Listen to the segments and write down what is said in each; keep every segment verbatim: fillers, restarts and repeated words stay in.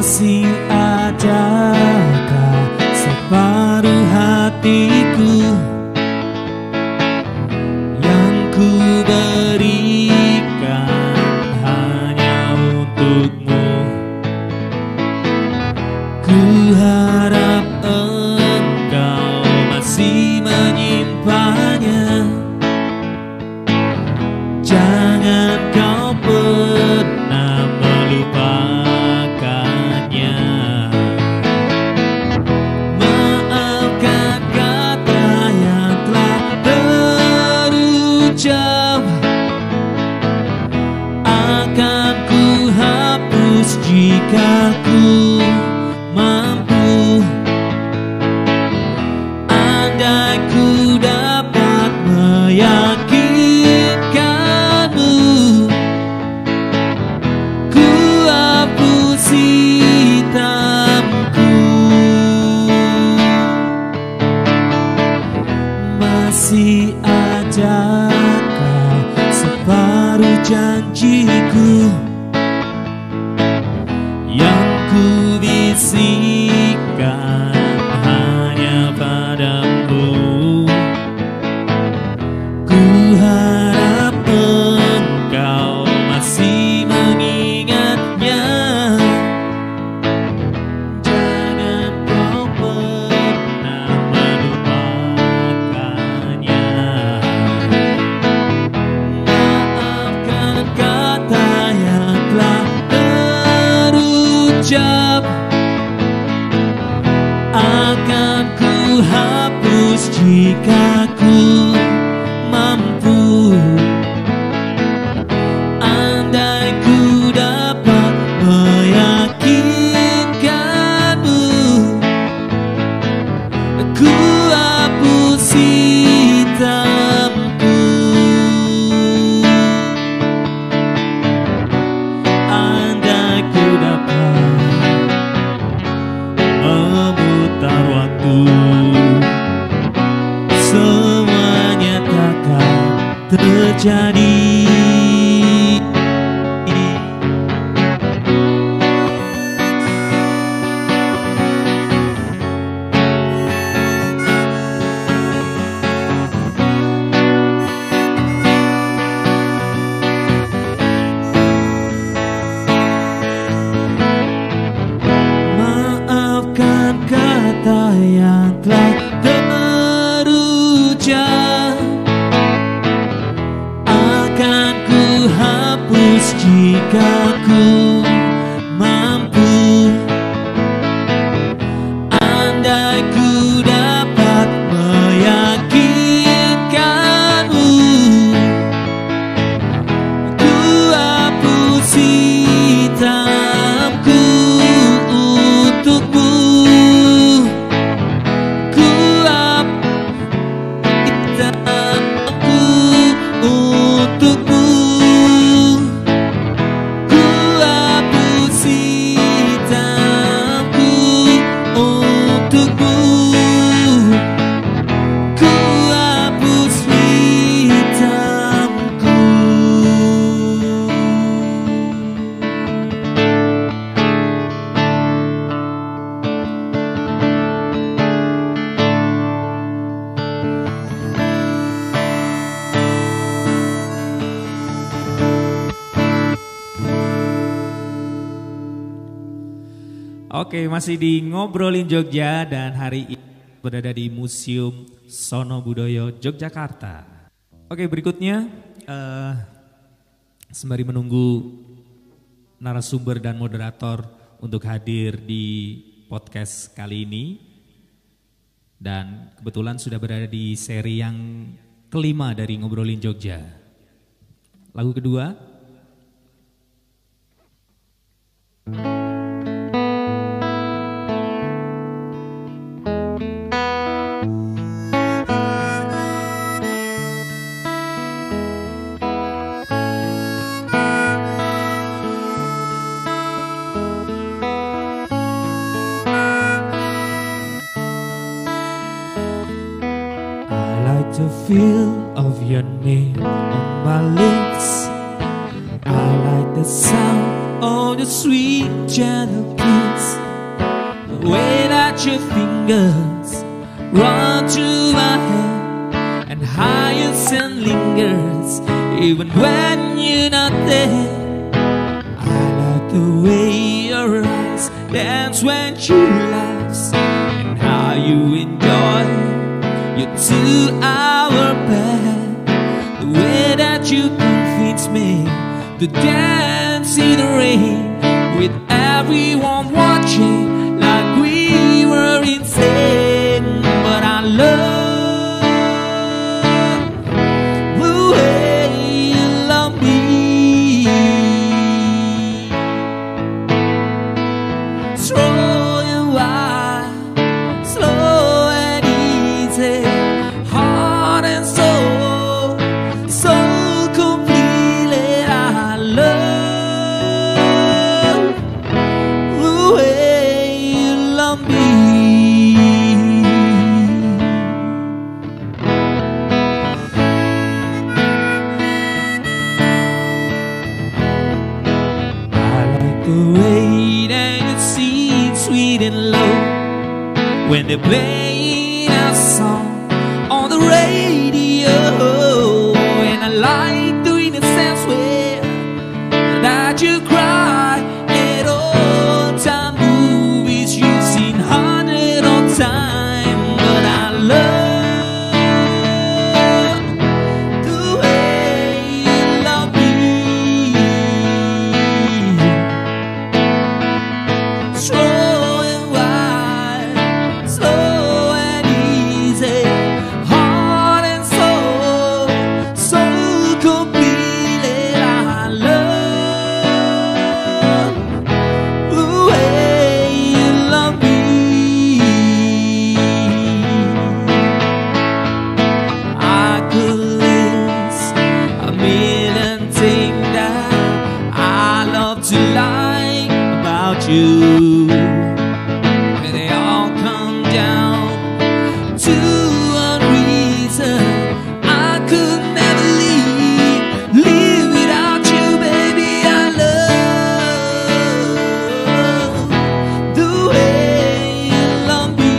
Masih adakah separuh hatiku yang ku berikan hanya untukmu? Ku harap engkau masih menyimpannya. Jangan kau pernah melupakannya. Maafkan kata yang telah terucap, akan ku hapus jika ku mampu. Andai ku dapat meyakinkanmu, ku hapus hitamku. Masih adakah separuh janjiku yang ku bisikkan hanya padamu? Ku harap engkau masih mengingatnya. Jangan kau pernah melupakannya. Maafkan kata yang telah terucap, akan ku hapus jika ku mampu. Andai ku dapat meyakinkanmu, ku hapus hitamku. Andai ku dapat memutar waktu, semuanya takkan terjadi. Maafkan kata yang telah terucap, akan ku hapus jika ku mampu. Andai ku dapat meyakinkanmu, ku hapus hitamku untukmu. Ku hapus hitamku untukmu. Ku hapus hitamku untukmu. Ku hapus hitamku. Oke, masih di Ngobrolin Jogja dan hari ini berada di Museum Sono Budoyo Yogyakarta. Oke, berikutnya uh, sembari menunggu narasumber dan moderator untuk hadir di podcast kali ini, dan kebetulan sudah berada di seri yang kelima dari Ngobrolin Jogja. Lagu kedua The feel of your name on my lips. I like the sound of your sweet gentle kiss. let your fingers run through my hair and hyacinth lingers even when you're not there. I like the way your eyes dance when she laughs and how you enjoy your two-hour bed. The way that you convince me to dance in the rain with everyone watching like we were insane. But I love the way you love me. Slow and wild, slow and easy, heart and soul, so completely. I love the way you love me. I like the way that you sing sweet and low when they play a song on the radio. And I like the innocence way that you cry at old time movies you've seen hundred of times. But I love the way you love me. Slow and wild, slow and easy, heart and soul, so completely. I love the way you love me. I could list a million things that I love to like about you, but they all come down to one reason. I could never leave, live without you, baby. I love the way you love me.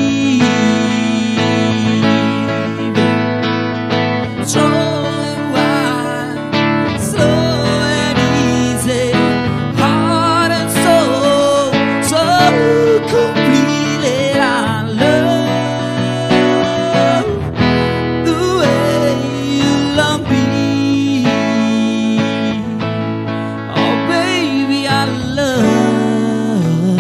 Slow and wild, slow and easy, heart and soul, so completely. I love the way you love me. Oh baby, I love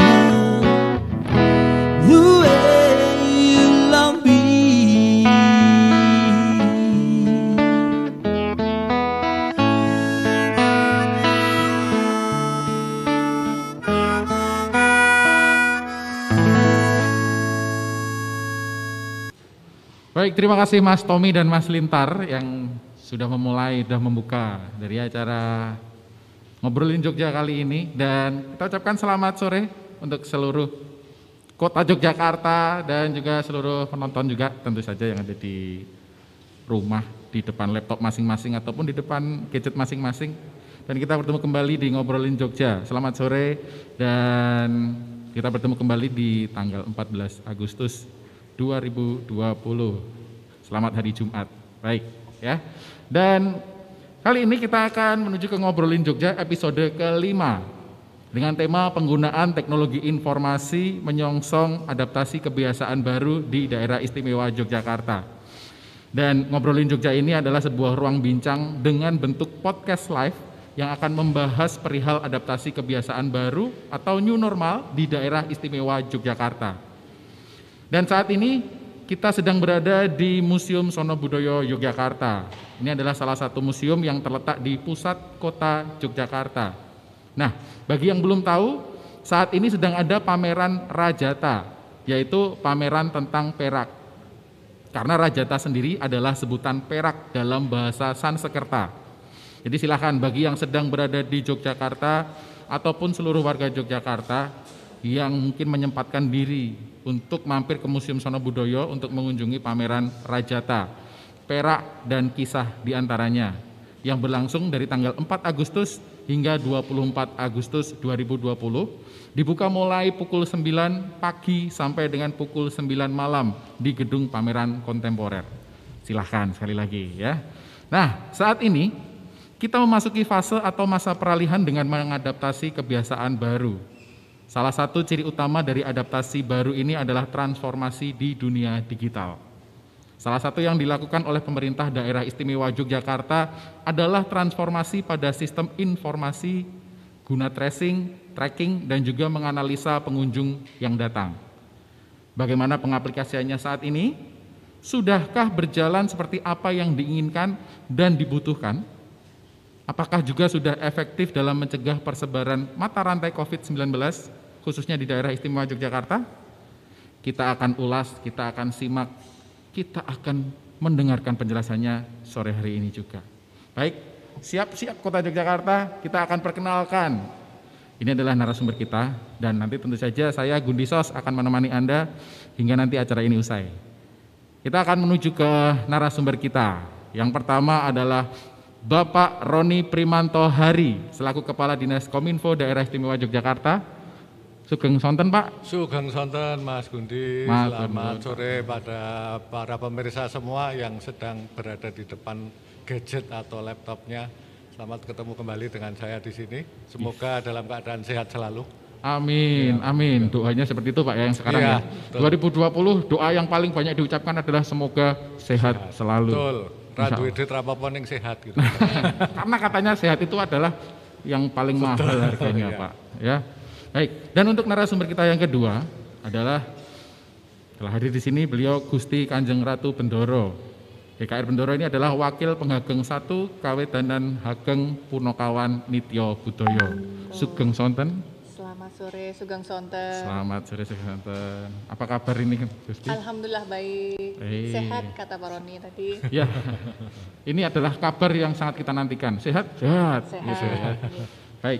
the way you love me. Baik, terima kasih Mas Tommy dan Mas Lintar yang sudah memulai, sudah membuka dari acara Ngobrolin Jogja kali ini. Dan kita ucapkan selamat sore untuk seluruh kota Yogyakarta dan juga seluruh penonton juga tentu saja yang ada di rumah, di depan laptop masing-masing ataupun di depan gadget masing-masing. Dan kita bertemu kembali di Ngobrolin Jogja. Selamat sore dan kita bertemu kembali di tanggal empat belas Agustus dua ribu dua puluh. Selamat hari Jumat. Baik, ya. Dan kali ini kita akan menuju ke Ngobrolin Jogja episode kelima dengan tema penggunaan teknologi informasi menyongsong adaptasi kebiasaan baru di daerah istimewa Yogyakarta. Dan Ngobrolin Jogja ini adalah sebuah ruang bincang dengan bentuk podcast live yang akan membahas perihal adaptasi kebiasaan baru atau new normal di daerah istimewa Yogyakarta. Dan saat ini kita sedang berada di Museum Sono Budoyo Yogyakarta. Ini adalah salah satu museum yang terletak di pusat kota Yogyakarta. Nah, bagi yang belum tahu, saat ini sedang ada pameran Rajata, yaitu pameran tentang perak. Karena Rajata sendiri adalah sebutan perak dalam bahasa Sanskerta. Jadi silakan bagi yang sedang berada di Yogyakarta ataupun seluruh warga Yogyakarta yang mungkin menyempatkan diri untuk mampir ke Museum Sono Budoyo untuk mengunjungi pameran Rajata, perak dan kisah diantaranya. yang berlangsung dari tanggal empat Agustus hingga dua puluh empat Agustus dua ribu dua puluh. Dibuka mulai pukul sembilan pagi sampai dengan pukul sembilan malam di gedung pameran kontemporer. Silahkan sekali lagi ya. Nah, saat ini kita memasuki fase atau masa peralihan dengan mengadaptasi kebiasaan baru. Salah satu ciri utama dari adaptasi baru ini adalah transformasi di dunia digital. Salah satu yang dilakukan oleh pemerintah daerah istimewa Yogyakarta adalah transformasi pada sistem informasi guna tracing, tracking, dan juga menganalisa pengunjung yang datang. Bagaimana pengaplikasiannya saat ini? Sudahkah berjalan seperti apa yang diinginkan dan dibutuhkan? Apakah juga sudah efektif dalam mencegah persebaran mata rantai covid sembilan belas, khususnya di daerah istimewa Yogyakarta? Kita akan ulas, kita akan simak, kita akan mendengarkan penjelasannya sore hari ini juga. Baik, siap-siap Kota Yogyakarta, kita akan perkenalkan. Ini adalah narasumber kita, dan nanti tentu saja saya Gundisos akan menemani Anda hingga nanti acara ini usai. Kita akan menuju ke narasumber kita. Yang pertama adalah Bapak Roni Primanto Hari, selaku Kepala Dinas Kominfo Daerah Istimewa Yogyakarta. Sugeng sonten Pak. Sugeng sonten Mas Gundi. Mas Selamat Gundi. sore pada para pemirsa semua yang sedang berada di depan gadget atau laptopnya. Selamat ketemu kembali dengan saya di sini. Semoga dalam keadaan sehat selalu. Amin, ya, amin. Doanya seperti itu Pak ya yang sekarang ya. ya. dua ribu dua puluh doa yang paling banyak diucapkan adalah semoga sehat, sehat. selalu. Betul. Radu edit rapapun yang sehat gitu. Karena katanya sehat itu adalah yang paling mahal harganya ya. Pak. Ya, baik. Dan untuk narasumber kita yang kedua adalah telah hadir di sini beliau Gusti Kanjeng Ratu Bendoro. D K R Bendoro ini adalah Wakil Penghageng satu Kawedanan Hageng Punokawan Nityo Budoyo. Sugeng sonten. Selamat sore Sugeng sonten. Selamat sore Sugeng sonten. Apa kabar ini Gusti? Alhamdulillah baik. Hey. Sehat kata Pak Roni tadi. Ya. Ini adalah kabar yang sangat kita nantikan. Sehat? Sehat. Sehat. Yes, sehat. Baik.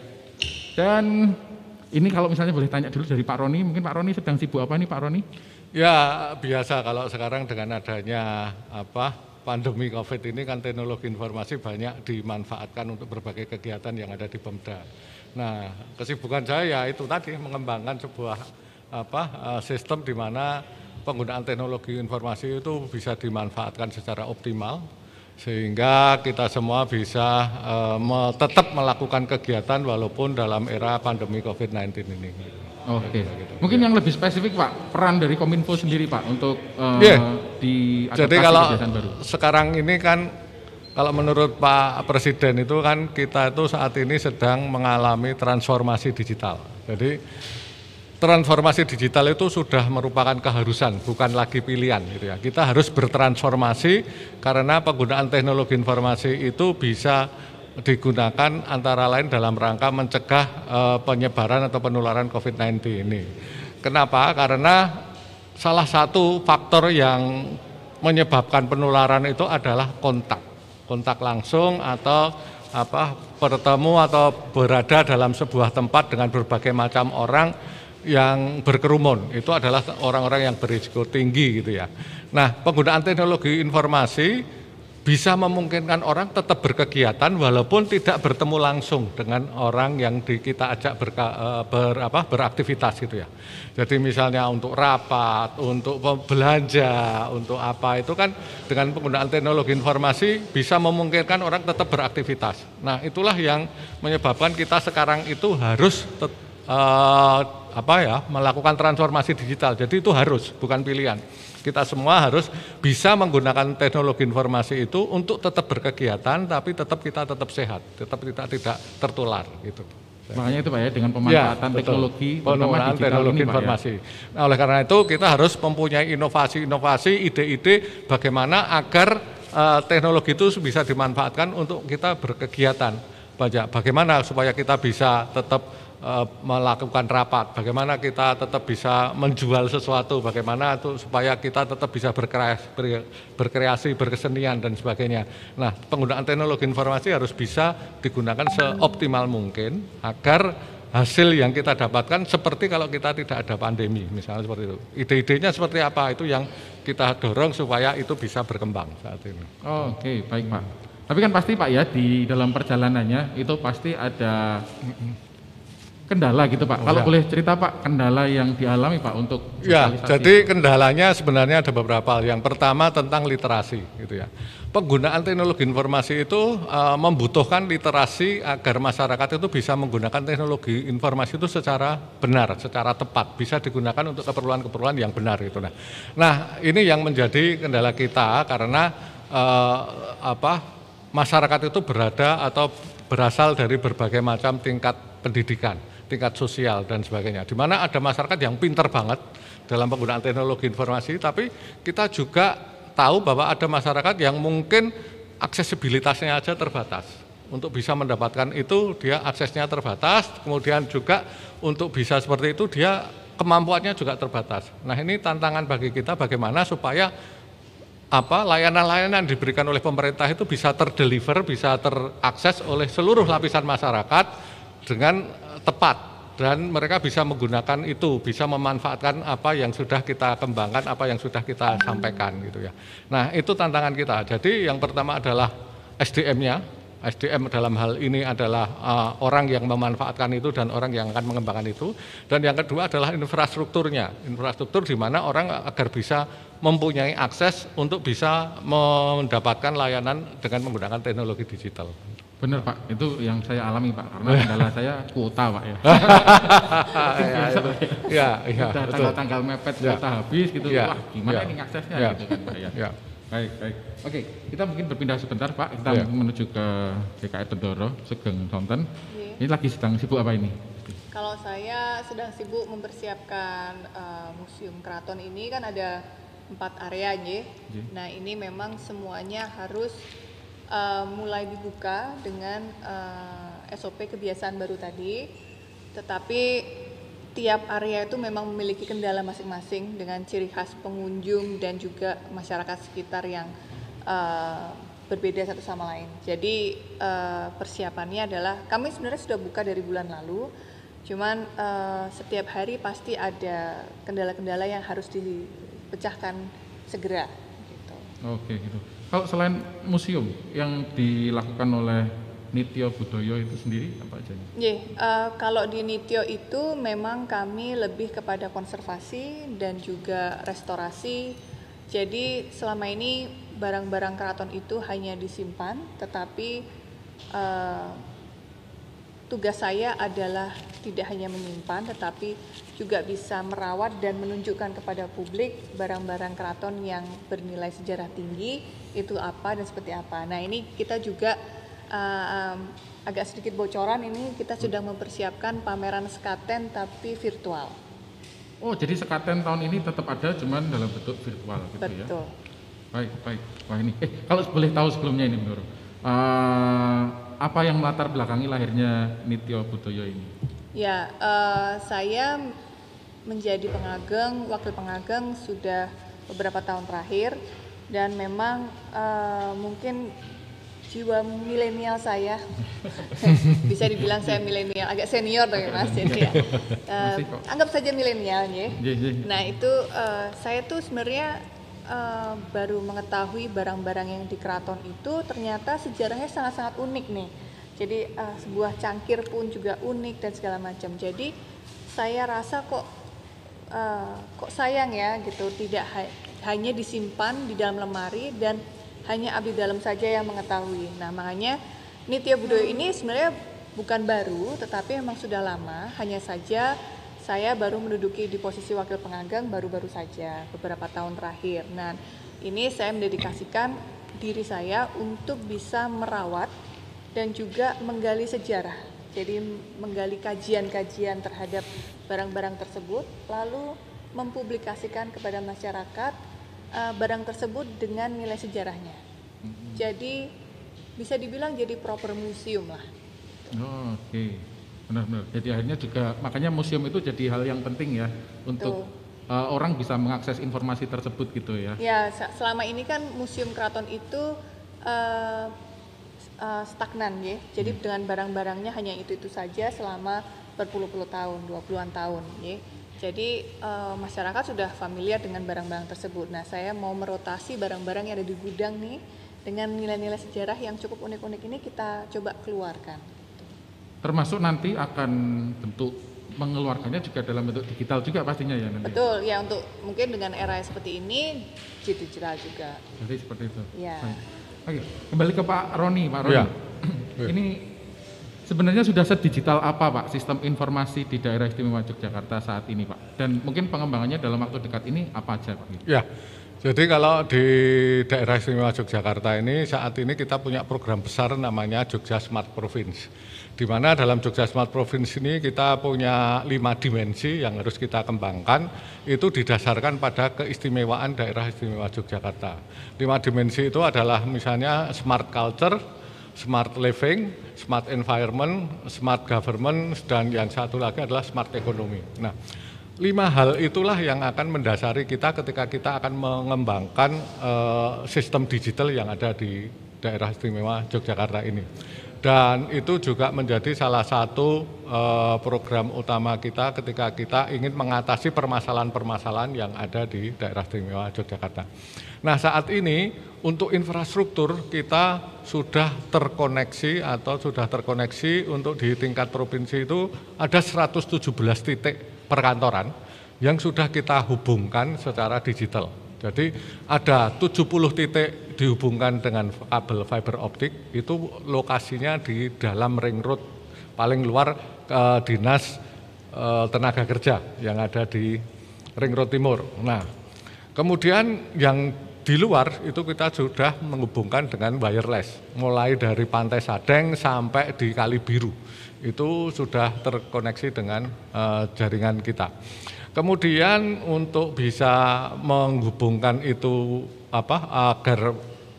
Dan ini kalau misalnya boleh tanya dulu dari Pak Roni, mungkin Pak Roni sedang sibuk apa nih Pak Roni? Ya biasa kalau sekarang dengan adanya apa pandemi COVID ini kan teknologi informasi banyak dimanfaatkan untuk berbagai kegiatan yang ada di Pemda. Nah, kesibukan saya itu tadi mengembangkan sebuah apa sistem di mana penggunaan teknologi informasi itu bisa dimanfaatkan secara optimal sehingga kita semua bisa uh, me, tetap melakukan kegiatan walaupun dalam era pandemi COVID sembilan belas ini. Oke. Gitu. Mungkin yang lebih spesifik Pak, peran dari Kominfo sendiri Pak untuk uh, yeah. di adaptasi Jadi kalau kebiasaan baru. Sekarang ini kan kalau menurut Pak Presiden itu kan kita itu saat ini sedang mengalami transformasi digital. Jadi transformasi digital itu sudah merupakan keharusan, bukan lagi pilihan gitu ya. Kita harus bertransformasi karena penggunaan teknologi informasi itu bisa digunakan antara lain dalam rangka mencegah uh, penyebaran atau penularan COVID sembilan belas ini. Kenapa? Karena salah satu faktor yang menyebabkan penularan itu adalah kontak, kontak langsung atau apa bertemu atau berada dalam sebuah tempat dengan berbagai macam orang yang berkerumun, itu adalah orang-orang yang berisiko tinggi gitu ya. Nah, penggunaan teknologi informasi bisa memungkinkan orang tetap berkegiatan walaupun tidak bertemu langsung dengan orang yang di, kita ajak berka, ber, apa, beraktivitas gitu ya. Jadi misalnya untuk rapat, untuk belanja, untuk apa itu kan dengan penggunaan teknologi informasi bisa memungkinkan orang tetap beraktivitas. Nah, itulah yang menyebabkan kita sekarang itu harus tet, uh, apa ya melakukan transformasi digital. Jadi itu harus, bukan pilihan. Kita semua harus bisa menggunakan teknologi informasi itu untuk tetap berkegiatan, tapi tetap kita tetap sehat, tetap kita tidak tertular gitu. Makanya itu Pak ya, dengan pemanfaatan ya, teknologi, penggunaan teknologi ini, informasi. Pak, ya? Nah, oleh karena itu kita harus mempunyai inovasi-inovasi, ide-ide bagaimana agar uh, teknologi itu bisa dimanfaatkan untuk kita berkegiatan. Bagaimana supaya kita bisa tetap melakukan rapat, bagaimana kita tetap bisa menjual sesuatu, bagaimana itu supaya kita tetap bisa berkreasi, berkreasi, berkesenian dan sebagainya. Nah, penggunaan teknologi informasi harus bisa digunakan seoptimal mungkin agar hasil yang kita dapatkan seperti kalau kita tidak ada pandemi, misalnya seperti itu. Ide-idenya seperti apa, itu yang kita dorong supaya itu bisa berkembang saat ini. Oh, oke, okay. Baik Pak. Tapi kan pasti Pak ya di dalam perjalanannya itu pasti ada kendala gitu Pak. Kalau Ya. boleh cerita Pak, kendala yang dialami Pak untuk Ya, sosialisasi. jadi kendalanya sebenarnya ada beberapa hal. Yang pertama tentang literasi, gitu ya. Penggunaan teknologi informasi itu uh, membutuhkan literasi agar masyarakat itu bisa menggunakan teknologi informasi itu secara benar, secara tepat, bisa digunakan untuk keperluan-keperluan yang benar, gitu. Nah, nah ini yang menjadi kendala kita karena uh, apa masyarakat itu berada atau berasal dari berbagai macam tingkat pendidikan, tingkat sosial dan sebagainya. Di mana ada masyarakat yang pinter banget dalam penggunaan teknologi informasi, tapi kita juga tahu bahwa ada masyarakat yang mungkin aksesibilitasnya aja terbatas. Untuk bisa mendapatkan itu dia aksesnya terbatas, kemudian juga untuk bisa seperti itu dia kemampuannya juga terbatas. Nah, ini tantangan bagi kita bagaimana supaya apa layanan-layanan yang diberikan oleh pemerintah itu bisa terdeliver, bisa terakses oleh seluruh lapisan masyarakat dengan tepat dan mereka bisa menggunakan itu, bisa memanfaatkan apa yang sudah kita kembangkan, apa yang sudah kita sampaikan gitu ya. Nah, itu tantangan kita. Jadi yang pertama adalah S D M-nya. S D M dalam hal ini adalah uh, orang yang memanfaatkan itu dan orang yang akan mengembangkan itu. Dan yang kedua adalah infrastrukturnya. Infrastruktur di mana orang agar bisa mempunyai akses untuk bisa mendapatkan layanan dengan menggunakan teknologi digital. Benar Pak, itu yang saya alami Pak, karena kendala saya kuota Pak ya. ya, itu. ya, ya, Udah betul. tanggal-tanggal mepet, Ya. kuota habis gitu, Ya. wah gimana Ya. ini aksesnya Ya. gitu kan Pak ya. Ya. Baik, baik. Oke, kita mungkin berpindah sebentar Pak, kita Ya. menuju ke D K I Tondoro, Sugeng Sonten. Iya. Ini lagi sedang sibuk apa ini? Kalau saya sedang sibuk mempersiapkan uh, Museum Keraton ini kan ada empat area, Nje. Nje. Nah, ini memang semuanya harus uh, mulai dibuka dengan uh, S O P kebiasaan baru tadi. Tetapi tiap area itu memang memiliki kendala masing-masing dengan ciri khas pengunjung dan juga masyarakat sekitar yang uh, berbeda satu sama lain. Jadi uh, persiapannya adalah kami sebenarnya sudah buka dari bulan lalu, cuman uh, setiap hari pasti ada kendala-kendala yang harus dipecahkan segera. Gitu. Oke gitu. Kalau selain museum yang dilakukan oleh Nityo Budoyo itu sendiri apa aja? Yeah, uh, kalau di Nityo itu memang kami lebih kepada konservasi dan juga restorasi. Jadi selama ini barang-barang keraton itu hanya disimpan, tetapi uh, tugas saya adalah tidak hanya menyimpan, tetapi juga bisa merawat dan menunjukkan kepada publik barang-barang keraton yang bernilai sejarah tinggi itu apa dan seperti apa. Nah, ini kita juga uh, um, agak sedikit bocoran, ini kita sudah mempersiapkan pameran sekaten tapi virtual. Oh, jadi sekaten tahun ini tetap ada, cuman dalam bentuk virtual gitu ya? Betul. Baik, baik. Wah ini, eh kalau boleh tahu sebelumnya ini, Bro, uh, apa yang melatar belakangi lahirnya Nityo Budoyo ini? Ya, uh, saya menjadi pengageng, wakil pengageng sudah beberapa tahun terakhir, dan memang uh, mungkin jiwa milenial saya bisa dibilang saya milenial, agak senior tapi mas, jadi ya, uh, anggap saja milenial ya. Nah itu uh, saya tuh sebenarnya uh, baru mengetahui barang-barang yang di keraton itu ternyata sejarahnya sangat-sangat unik nih. Jadi uh, sebuah cangkir pun juga unik dan segala macam. Jadi saya rasa kok uh, kok sayang ya gitu, tidak ha- hanya disimpan di dalam lemari dan hanya abdi dalam saja yang mengetahui. Nah, makanya Nityo Budoyo ini sebenarnya bukan baru, tetapi memang sudah lama. Hanya saja saya baru menduduki di posisi wakil pengageng baru-baru saja, beberapa tahun terakhir. Nah, ini saya mendedikasikan diri saya untuk bisa merawat dan juga menggali sejarah. Jadi menggali kajian-kajian terhadap barang-barang tersebut, lalu mempublikasikan kepada masyarakat Uh, barang tersebut dengan nilai sejarahnya. Mm-hmm. Jadi bisa dibilang jadi proper museum lah. Oh, oke, okay. Benar-benar. Jadi akhirnya juga makanya museum itu jadi hal yang penting ya untuk uh, orang bisa mengakses informasi tersebut gitu ya. Ya, selama ini kan museum keraton itu uh, uh, stagnan ya. Jadi hmm. dengan barang-barangnya hanya itu-itu saja selama berpuluh-puluh tahun, dua puluhan tahun ya. Jadi uh, masyarakat sudah familiar dengan barang-barang tersebut. Nah, saya mau merotasi barang-barang yang ada di gudang nih dengan nilai-nilai sejarah yang cukup unik-unik ini kita coba keluarkan. Termasuk nanti akan bentuk mengeluarkannya juga dalam bentuk digital juga pastinya ya nanti. Betul, ya untuk mungkin dengan era seperti ini digital juga. Jadi seperti itu. Ya. Oke, kembali ke Pak Roni, Pak Roni. Ya. Ini sebenarnya sudah sedigital apa Pak sistem informasi di daerah istimewa Yogyakarta saat ini Pak? Dan mungkin pengembangannya dalam waktu dekat ini apa aja Pak? Ya, jadi kalau di daerah istimewa Yogyakarta ini saat ini kita punya program besar namanya Jogja Smart Province. Di mana dalam Jogja Smart Province ini kita punya lima dimensi yang harus kita kembangkan, itu didasarkan pada keistimewaan daerah istimewa Yogyakarta. Lima dimensi itu adalah misalnya smart culture, smart living, smart environment, smart government, dan yang satu lagi adalah smart economy. Nah, lima hal itulah yang akan mendasari kita ketika kita akan mengembangkan uh, sistem digital yang ada di daerah istimewa Yogyakarta ini. Dan itu juga menjadi salah satu uh, program utama kita ketika kita ingin mengatasi permasalahan-permasalahan yang ada di daerah istimewa Yogyakarta. Nah, saat ini untuk infrastruktur kita sudah terkoneksi atau sudah terkoneksi untuk di tingkat provinsi itu ada seratus tujuh belas titik perkantoran yang sudah kita hubungkan secara digital. Jadi ada tujuh puluh titik dihubungkan dengan kabel fiber optik, itu lokasinya di dalam ring road paling luar eh, dinas eh, tenaga kerja yang ada di ring road timur. Nah, kemudian yang di luar itu kita sudah menghubungkan dengan wireless, mulai dari Pantai Sadeng sampai di Kali Biru, itu sudah terkoneksi dengan eh, jaringan kita. Kemudian untuk bisa menghubungkan itu apa agar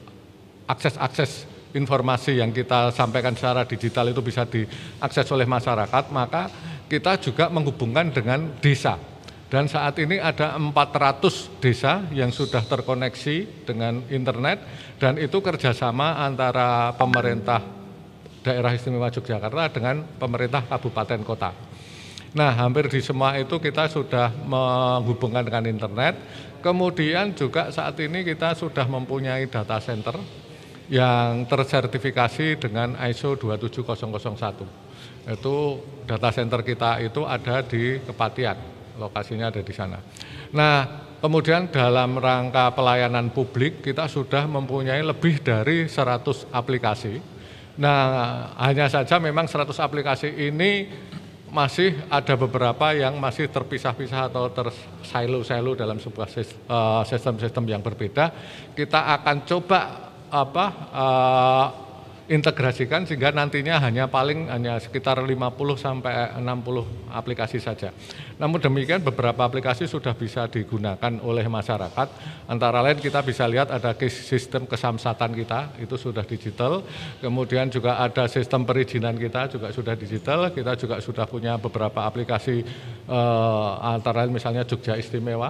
akses-akses informasi yang kita sampaikan secara digital itu bisa diakses oleh masyarakat, maka kita juga menghubungkan dengan desa. Dan saat ini ada empat ratus desa yang sudah terkoneksi dengan internet, dan itu kerjasama antara pemerintah daerah istimewa Yogyakarta dengan pemerintah kabupaten kota. Nah, hampir di semua itu kita sudah menghubungkan dengan internet. Kemudian juga saat ini kita sudah mempunyai data center yang tersertifikasi dengan I S O dua tujuh nol nol satu. Itu data center kita itu ada di Kepatihan, lokasinya ada di sana. Nah, kemudian dalam rangka pelayanan publik kita sudah mempunyai lebih dari seratus aplikasi. Nah, hanya saja memang seratus aplikasi ini masih ada beberapa yang masih terpisah-pisah atau tersilo-silo dalam sebuah sistem-sistem yang berbeda. Kita akan coba apa uh, integrasikan sehingga nantinya hanya paling hanya sekitar lima puluh sampai enam puluh aplikasi saja. Namun demikian beberapa aplikasi sudah bisa digunakan oleh masyarakat. Antara lain kita bisa lihat ada sistem kesamsatan kita itu sudah digital. Kemudian juga ada sistem perizinan kita juga sudah digital. Kita juga sudah punya beberapa aplikasi eh, antara lain misalnya Jogja Istimewa.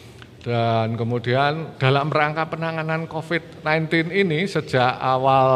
Dan kemudian dalam rangka penanganan covid sembilan belas ini sejak awal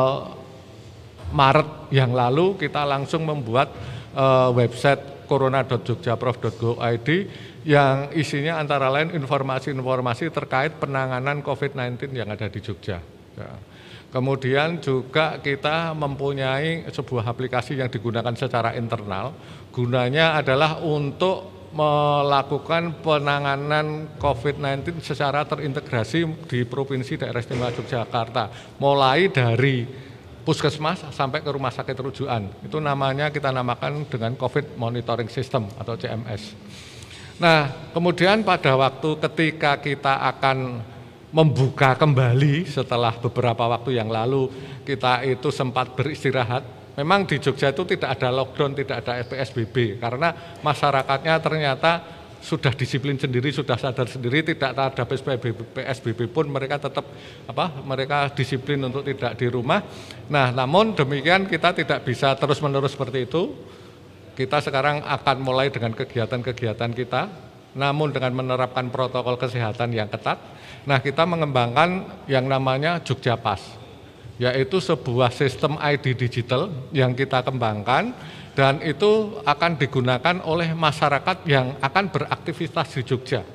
Maret yang lalu kita langsung membuat uh, website corona dot jogjaprof dot go dot i d yang isinya antara lain informasi-informasi terkait penanganan covid sembilan belas yang ada di Jogja. Ya. Kemudian juga kita mempunyai sebuah aplikasi yang digunakan secara internal, gunanya adalah untuk melakukan penanganan covid sembilan belas secara terintegrasi di Provinsi Daerah Istimewa Yogyakarta, mulai dari puskesmas sampai ke rumah sakit rujukan. Itu namanya kita namakan dengan COVID Monitoring System atau C M S. Nah, kemudian pada waktu ketika kita akan membuka kembali setelah beberapa waktu yang lalu kita itu sempat beristirahat. Memang di Jogja itu tidak ada lockdown, tidak ada P S B B karena masyarakatnya ternyata sudah disiplin sendiri, sudah sadar sendiri, tidak ada P S B B pun mereka tetap apa? Mereka disiplin untuk tidak di rumah. Nah, namun demikian kita tidak bisa terus-menerus seperti itu. Kita sekarang akan mulai dengan kegiatan-kegiatan kita, namun dengan menerapkan protokol kesehatan yang ketat. Nah, kita mengembangkan yang namanya Jogja Pas, yaitu sebuah sistem I D digital yang kita kembangkan dan itu akan digunakan oleh masyarakat yang akan beraktivitas di Jogja.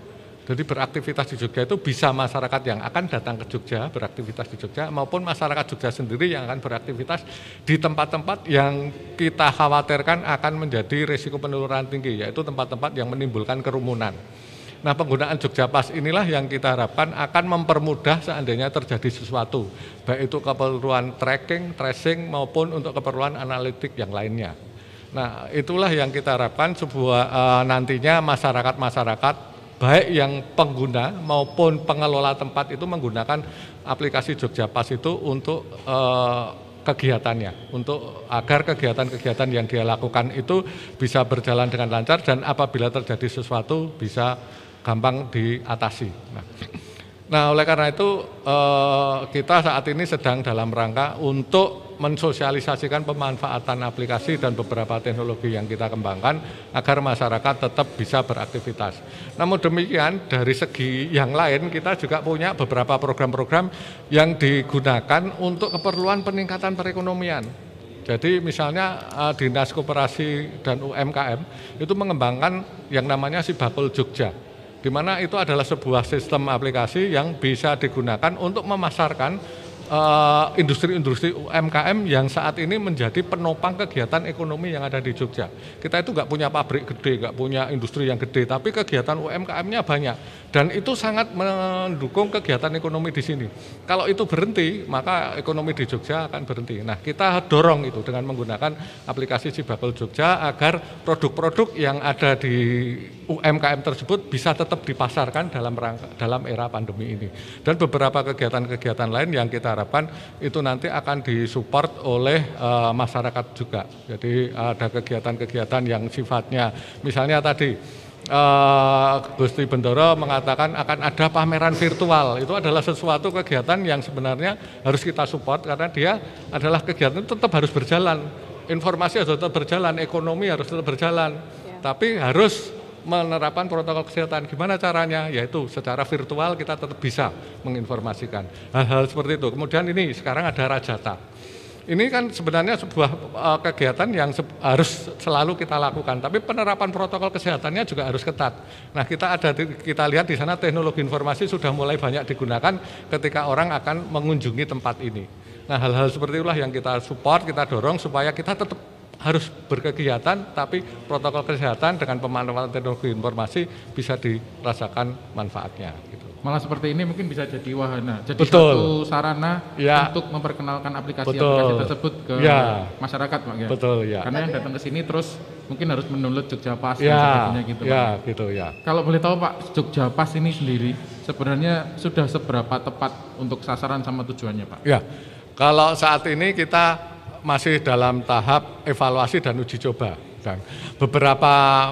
Jadi beraktivitas di Jogja itu bisa masyarakat yang akan datang ke Jogja, beraktivitas di Jogja, maupun masyarakat Jogja sendiri yang akan beraktivitas di tempat-tempat yang kita khawatirkan akan menjadi risiko penularan tinggi, yaitu tempat-tempat yang menimbulkan kerumunan. Nah, penggunaan Jogja Pas inilah yang kita harapkan akan mempermudah seandainya terjadi sesuatu, baik itu keperluan tracking, tracing, maupun untuk keperluan analitik yang lainnya. Nah, itulah yang kita harapkan sebuah uh, nantinya masyarakat-masyarakat baik yang pengguna maupun pengelola tempat itu menggunakan aplikasi Jogja Pas itu untuk uh, kegiatannya, untuk agar kegiatan-kegiatan yang dia lakukan itu bisa berjalan dengan lancar dan apabila terjadi sesuatu bisa gampang diatasi. Nah, nah oleh karena itu uh, kita saat ini sedang dalam rangka untuk mensosialisasikan pemanfaatan aplikasi dan beberapa teknologi yang kita kembangkan agar masyarakat tetap bisa beraktivitas. Namun demikian dari segi yang lain kita juga punya beberapa program-program yang digunakan untuk keperluan peningkatan perekonomian. Jadi misalnya Dinas Koperasi dan U M K M itu mengembangkan yang namanya Sibakul Jogja, di mana itu adalah sebuah sistem aplikasi yang bisa digunakan untuk memasarkan Uh, industri-industri U M K M yang saat ini menjadi penopang kegiatan ekonomi yang ada di Jogja. Kita itu nggak punya pabrik gede, nggak punya industri yang gede, tapi kegiatan U M K M-nya banyak dan itu sangat mendukung kegiatan ekonomi di sini. Kalau itu berhenti, maka ekonomi di Jogja akan berhenti. Nah, kita dorong itu dengan menggunakan aplikasi Sibakul Jogja agar produk-produk yang ada di U M K M tersebut bisa tetap dipasarkan dalam rangka, dalam era pandemi ini. Dan beberapa kegiatan-kegiatan lain yang kita harapkan itu nanti akan disupport oleh uh, masyarakat juga. Jadi ada kegiatan-kegiatan yang sifatnya, misalnya tadi uh, Gusti Bendoro mengatakan akan ada pameran virtual. Itu adalah sesuatu kegiatan yang sebenarnya harus kita support karena dia adalah kegiatan itu tetap harus berjalan. Informasi harus tetap berjalan, ekonomi harus tetap berjalan, ya. Tapi harus menerapkan protokol kesehatan. Gimana caranya? Yaitu secara virtual kita tetap bisa menginformasikan hal-hal seperti itu. Kemudian ini sekarang ada Rajata. Ini kan sebenarnya sebuah uh, kegiatan yang se harus selalu kita lakukan, tapi penerapan protokol kesehatannya juga harus ketat. Nah, kita ada kita lihat di sana teknologi informasi sudah mulai banyak digunakan ketika orang akan mengunjungi tempat ini. Nah, hal-hal seperti itulah yang kita support, kita dorong supaya kita tetap harus berkegiatan, tapi protokol kesehatan dengan pemanfaatan teknologi informasi bisa dirasakan manfaatnya. Gitu. Malah seperti ini mungkin bisa jadi wahana, jadi Betul. satu sarana ya. Untuk memperkenalkan aplikasi-aplikasi tersebut ke ya. Masyarakat, Pak. Ya. Betul, ya. Karena yang datang ke sini terus mungkin harus mendownload Jogja Pas ya. dan sebagainya gitu. Ya, Pak. gitu ya. Kalau boleh tahu Pak, Jogja Pas ini sendiri sebenarnya sudah seberapa tepat untuk sasaran sama tujuannya, Pak? Ya, kalau saat ini kita masih dalam tahap evaluasi dan uji coba, dan beberapa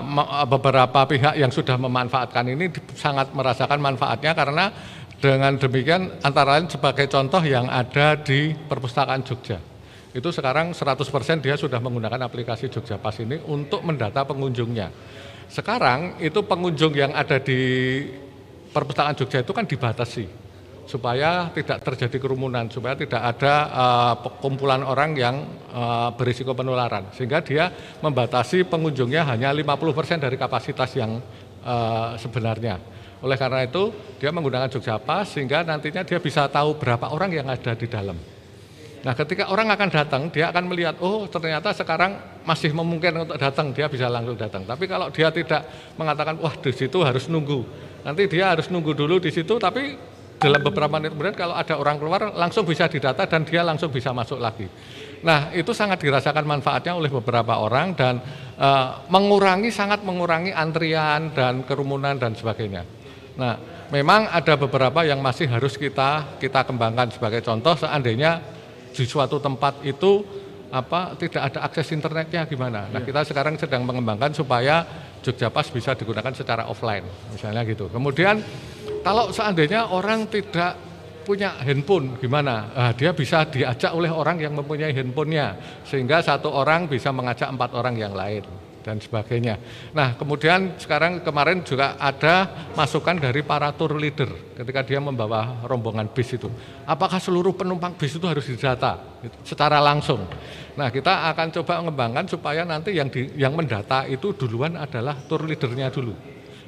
beberapa pihak yang sudah memanfaatkan ini sangat merasakan manfaatnya karena dengan demikian antara lain sebagai contoh yang ada di Perpustakaan Jogja itu sekarang seratus persen dia sudah menggunakan aplikasi Jogja Pas ini untuk mendata pengunjungnya. Sekarang itu pengunjung yang ada di Perpustakaan Jogja itu kan dibatasi supaya tidak terjadi kerumunan, supaya tidak ada uh, kumpulan orang yang uh, berisiko penularan, sehingga dia membatasi pengunjungnya hanya lima puluh persen dari kapasitas yang uh, sebenarnya. Oleh karena itu dia menggunakan Jogja Pas sehingga nantinya dia bisa tahu berapa orang yang ada di dalam. Nah, ketika orang akan datang, dia akan melihat, oh ternyata sekarang masih memungkinkan untuk datang, dia bisa langsung datang. Tapi kalau dia tidak mengatakan, wah di situ harus nunggu, nanti dia harus nunggu dulu di situ, tapi dalam beberapa menit kemudian kalau ada orang keluar langsung bisa didata dan dia langsung bisa masuk lagi. Nah, itu sangat dirasakan manfaatnya oleh beberapa orang dan uh, mengurangi sangat mengurangi antrian dan kerumunan dan sebagainya. Nah, memang ada beberapa yang masih harus kita kita kembangkan sebagai contoh seandainya di suatu tempat itu apa tidak ada akses internetnya gimana. Nah, kita sekarang sedang mengembangkan supaya Jogja Pas bisa digunakan secara offline, misalnya gitu. Kemudian kalau seandainya orang tidak punya handphone gimana? Nah, dia bisa diajak oleh orang yang mempunyai handphonenya, sehingga satu orang bisa mengajak empat orang yang lain dan sebagainya. Nah, kemudian sekarang kemarin juga ada masukan dari para tour leader ketika dia membawa rombongan bis itu. Apakah seluruh penumpang bis itu harus didata secara langsung? Nah, kita akan coba mengembangkan supaya nanti yang di, yang mendata itu duluan adalah tour leadernya dulu.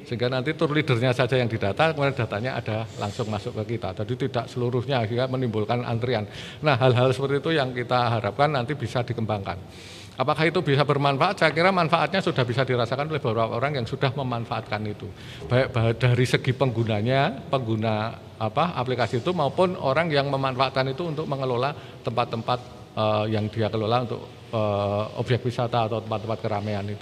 Sehingga nanti tour leadernya saja yang didata, kemudian datanya ada langsung masuk ke kita. Jadi tidak seluruhnya sehingga menimbulkan antrian. Nah, hal-hal seperti itu yang kita harapkan nanti bisa dikembangkan. Apakah itu bisa bermanfaat? Saya kira manfaatnya sudah bisa dirasakan oleh beberapa orang yang sudah memanfaatkan itu. Baik dari segi penggunanya, pengguna apa aplikasi itu maupun orang yang memanfaatkan itu untuk mengelola tempat-tempat uh, yang dia kelola untuk uh, objek wisata atau tempat-tempat keramaian itu.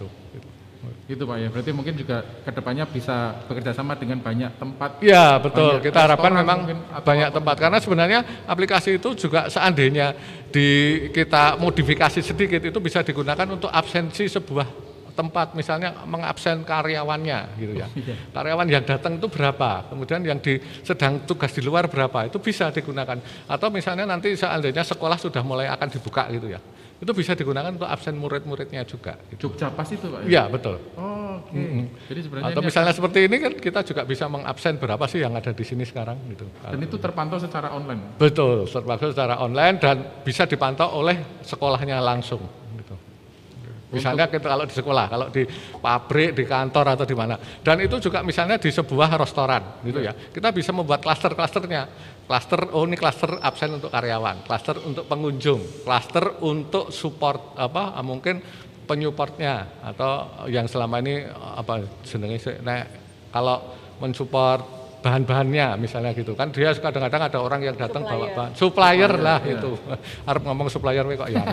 Gitu Pak ya, berarti mungkin juga kedepannya bisa bekerja sama dengan banyak tempat. Ya betul, kita harapkan memang mungkin, banyak tempat karena sebenarnya aplikasi itu juga seandainya di kita modifikasi sedikit itu bisa digunakan untuk absensi sebuah tempat, misalnya mengabsen karyawannya gitu ya. Karyawan yang datang itu berapa, kemudian yang di, sedang tugas di luar berapa, itu bisa digunakan. Atau misalnya nanti seandainya sekolah sudah mulai akan dibuka gitu ya. Itu bisa digunakan untuk absen murid-muridnya juga. Gitu. Jogja pas itu Pak? Iya betul. Oh, oke. Okay. Mm-hmm. Jadi sebenarnya atau misalnya akan... seperti ini kan kita juga bisa mengabsen berapa sih yang ada di sini sekarang gitu. Dan itu terpantau secara online? Betul, terpantau secara online dan bisa dipantau oleh sekolahnya langsung. Gitu. Misalnya kita kalau di sekolah, kalau di pabrik, di kantor atau di mana. Dan itu juga misalnya di sebuah restoran gitu ya. Kita bisa membuat klaster-klasternya. Klaster, oh ini klaster absen untuk karyawan, klaster untuk pengunjung, klaster untuk support apa mungkin penyupportnya atau yang selama ini apa jenenge nah, kalau mensupport bahan-bahannya misalnya gitu kan dia kadang-kadang ada orang yang datang bawa bahan supplier, supplier lah ya. Itu harus ngomong supplier kok ya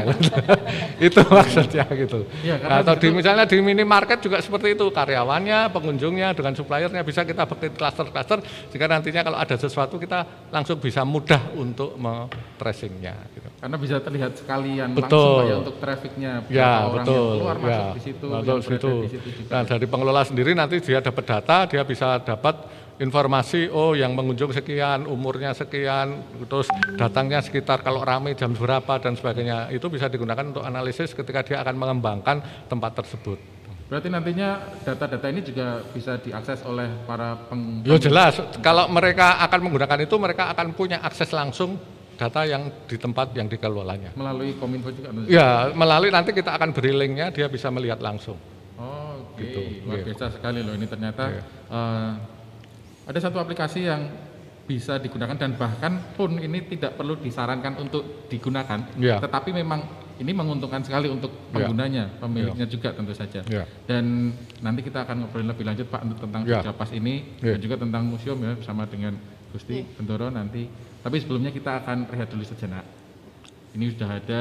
itu maksudnya gitu ya, atau di misalnya di minimarket juga seperti itu karyawannya pengunjungnya dengan suppliernya bisa kita bikin klaster-klaster jika nantinya kalau ada sesuatu kita langsung bisa mudah untuk tracingnya gitu. Karena bisa terlihat sekalian betul. Langsung ya untuk trafficnya ya, orang betul. yang keluar ya. masuk di situ, betul, yang berada di situ juga. Nah dari pengelola sendiri nanti dia dapat data dia bisa dapat informasi oh yang mengunjung sekian, umurnya sekian, terus datangnya sekitar kalau ramai jam berapa dan sebagainya. Itu bisa digunakan untuk analisis ketika dia akan mengembangkan tempat tersebut. Berarti nantinya data-data ini juga bisa diakses oleh para peng... Ya jelas, kalau mereka akan menggunakan itu mereka akan punya akses langsung data yang di tempat yang dikelolanya. Melalui Kominfo juga? Ya, melalui nanti kita akan beri linknya, dia bisa melihat langsung. Oh, oke. Okay. Gitu. Luar biasa yeah. sekali loh ini ternyata. Yeah. Uh, Ada satu aplikasi yang bisa digunakan dan bahkan pun ini tidak perlu disarankan untuk digunakan, yeah. tetapi memang ini menguntungkan sekali untuk penggunanya, yeah. pemiliknya yeah. juga tentu saja. Yeah. Dan nanti kita akan ngobrol lebih lanjut Pak untuk tentang yeah. Jogja Pas ini yeah. dan juga tentang museum ya bersama dengan Gusti yeah. Bendoro nanti. Tapi sebelumnya kita akan rehat dulu sejenak. Ini sudah ada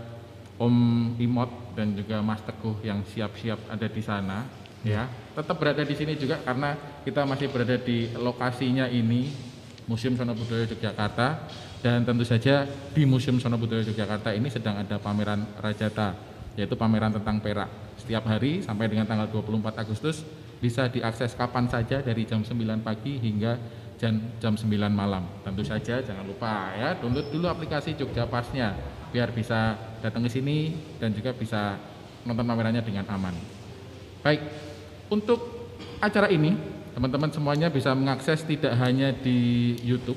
Om Imot dan juga Mas Teguh yang siap-siap ada di sana. Ya, tetap berada di sini juga karena kita masih berada di lokasinya ini Museum Sono Budoyo Yogyakarta dan tentu saja di Museum Sono Budoyo Yogyakarta ini sedang ada pameran Rajata yaitu pameran tentang perak. Setiap hari sampai dengan tanggal dua puluh empat Agustus bisa diakses kapan saja dari jam sembilan pagi hingga jam jam sembilan malam. Tentu saja jangan lupa ya download dulu aplikasi Jogja Pasnya biar bisa datang ke sini dan juga bisa nonton pamerannya dengan aman. Baik. Untuk acara ini, teman-teman semuanya bisa mengakses tidak hanya di YouTube,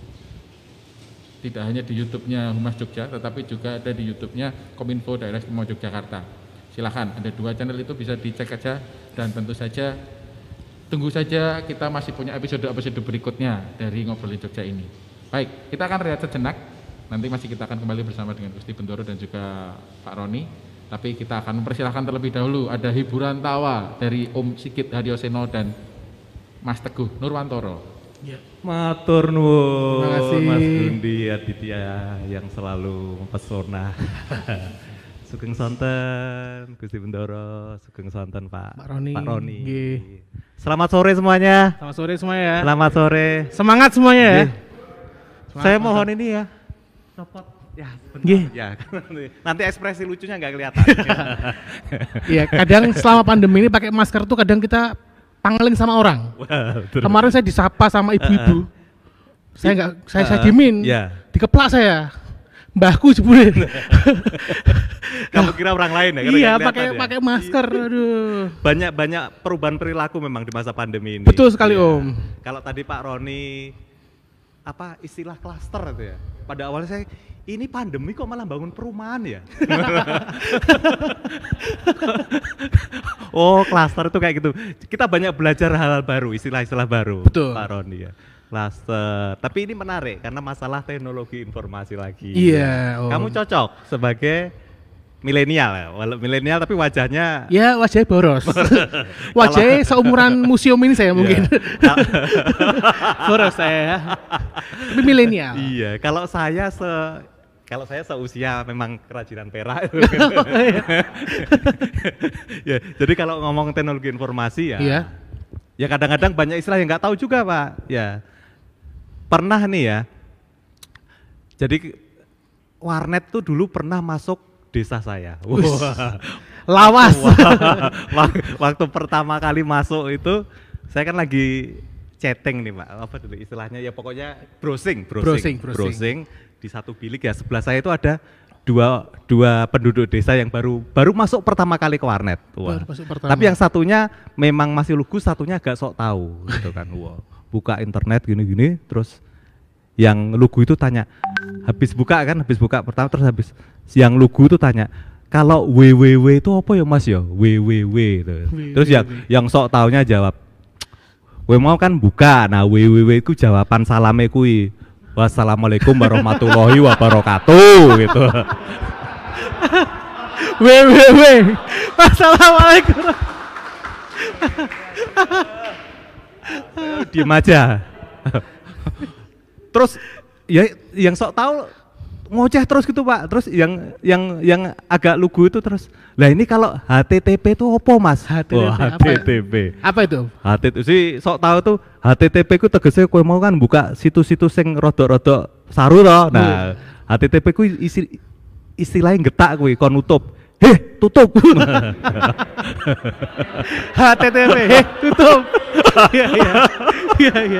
tidak hanya di YouTube-nya Humas Jogja, tetapi juga ada di YouTube-nya Kominfo Daerah Istimewa Yogyakarta. Silahkan, ada dua channel itu bisa dicek aja dan tentu saja tunggu saja kita masih punya episode-episode berikutnya dari Ngobrolin Jogja ini. Baik, kita akan rehat sejenak. Nanti masih kita akan kembali bersama dengan Gusti Bendoro dan juga Pak Roni. Tapi kita akan mempersilahkan terlebih dahulu ada hiburan tawa dari Om Sigit Haryoseno dan Mas Teguh Nurwantoro. Ya. Matur nuwun. Terima kasih Mas Gundi Aditya yang selalu mempesona. Sugeng sonten Gusti Bendoro, sugeng sonten Pak Pak Roni. Pak Roni. Nggih. Selamat sore semuanya. Selamat sore semuanya ya. Selamat sore. Semangat semuanya ya. Semangat, saya mohon ini ya. Copot. Ya, benar. Ya, nanti ekspresi lucunya nggak kelihatan. Iya, kadang selama pandemi ini pakai masker tuh kadang kita pangling sama orang. Wah, kemarin saya disapa sama ibu-ibu, uh, saya nggak, saya uh, saya dimin, yeah. dikeplak saya, mbahku jebule. Kamu kira orang lain ya? Iya, pakai ya? pakai masker, aduh. Banyak banyak perubahan perilaku memang di masa pandemi ini. Betul sekali ya. Om. Kalau tadi Pak Roni apa istilah klaster itu ya. Pada awalnya saya ini pandemi kok malah bangun perumahan ya. Oh klaster itu kayak gitu. Kita banyak belajar hal-hal baru, istilah-istilah baru. Betul. Pak Roni ya. Klaster. Tapi ini menarik karena masalah teknologi informasi lagi. Iya. Oh. Kamu cocok sebagai milenial ya, walau milenial tapi wajahnya ya wajahnya boros. Wajahnya seumuran museum ini saya mungkin. Boros saya. Tapi milenial. Iya, kalau saya se kalau saya seusia memang kerajinan perak. Ya, jadi kalau ngomong teknologi informasi ya. Iya. Ya kadang-kadang banyak istilah yang nggak tahu juga, Pak. Ya. Pernah nih ya. Jadi warnet tuh dulu pernah masuk desa saya. Wah. Lawas. Waktu pertama kali masuk itu saya kan lagi chatting nih Pak, apa dulu istilahnya ya pokoknya browsing, browsing, browsing, browsing. browsing di satu bilik ya sebelah saya itu ada dua dua penduduk desa yang baru baru masuk pertama kali ke warnet. Wah. Baru masuk pertama. Tapi yang satunya memang masih lugu, satunya agak sok tahu gitu kan. Wah. Buka internet gini-gini terus yang lugu itu tanya, habis buka kan, habis buka pertama terus habis yang lugu itu tanya, kalau www itu apa ya Mas ya? Www itu. Terus yang yang sok taunya jawab, "We mau kan buka." Nah, www itu jawaban salame kui. Wassalamualaikum warahmatullahi wabarakatuh gitu. Www. Wassalamualaikum. Diam aja. Terus ya yang sok tahu ngoceh terus gitu Pak. Terus yang yang yang agak lugu itu terus, lah ini kalau H T T P itu apa Mas? H T T P. Oh, H T T P. Apa itu? H T T P sih sok tahu tuh H T T P ku tegese kowe mau kan buka situs-situs sing rodok-rodok saru toh. Nah, hmm. H T T P ku isi istilahnya getak kuwi kon nutup. Heh, tutup. H T T P, heh, tutup. Iya iya. Iya iya.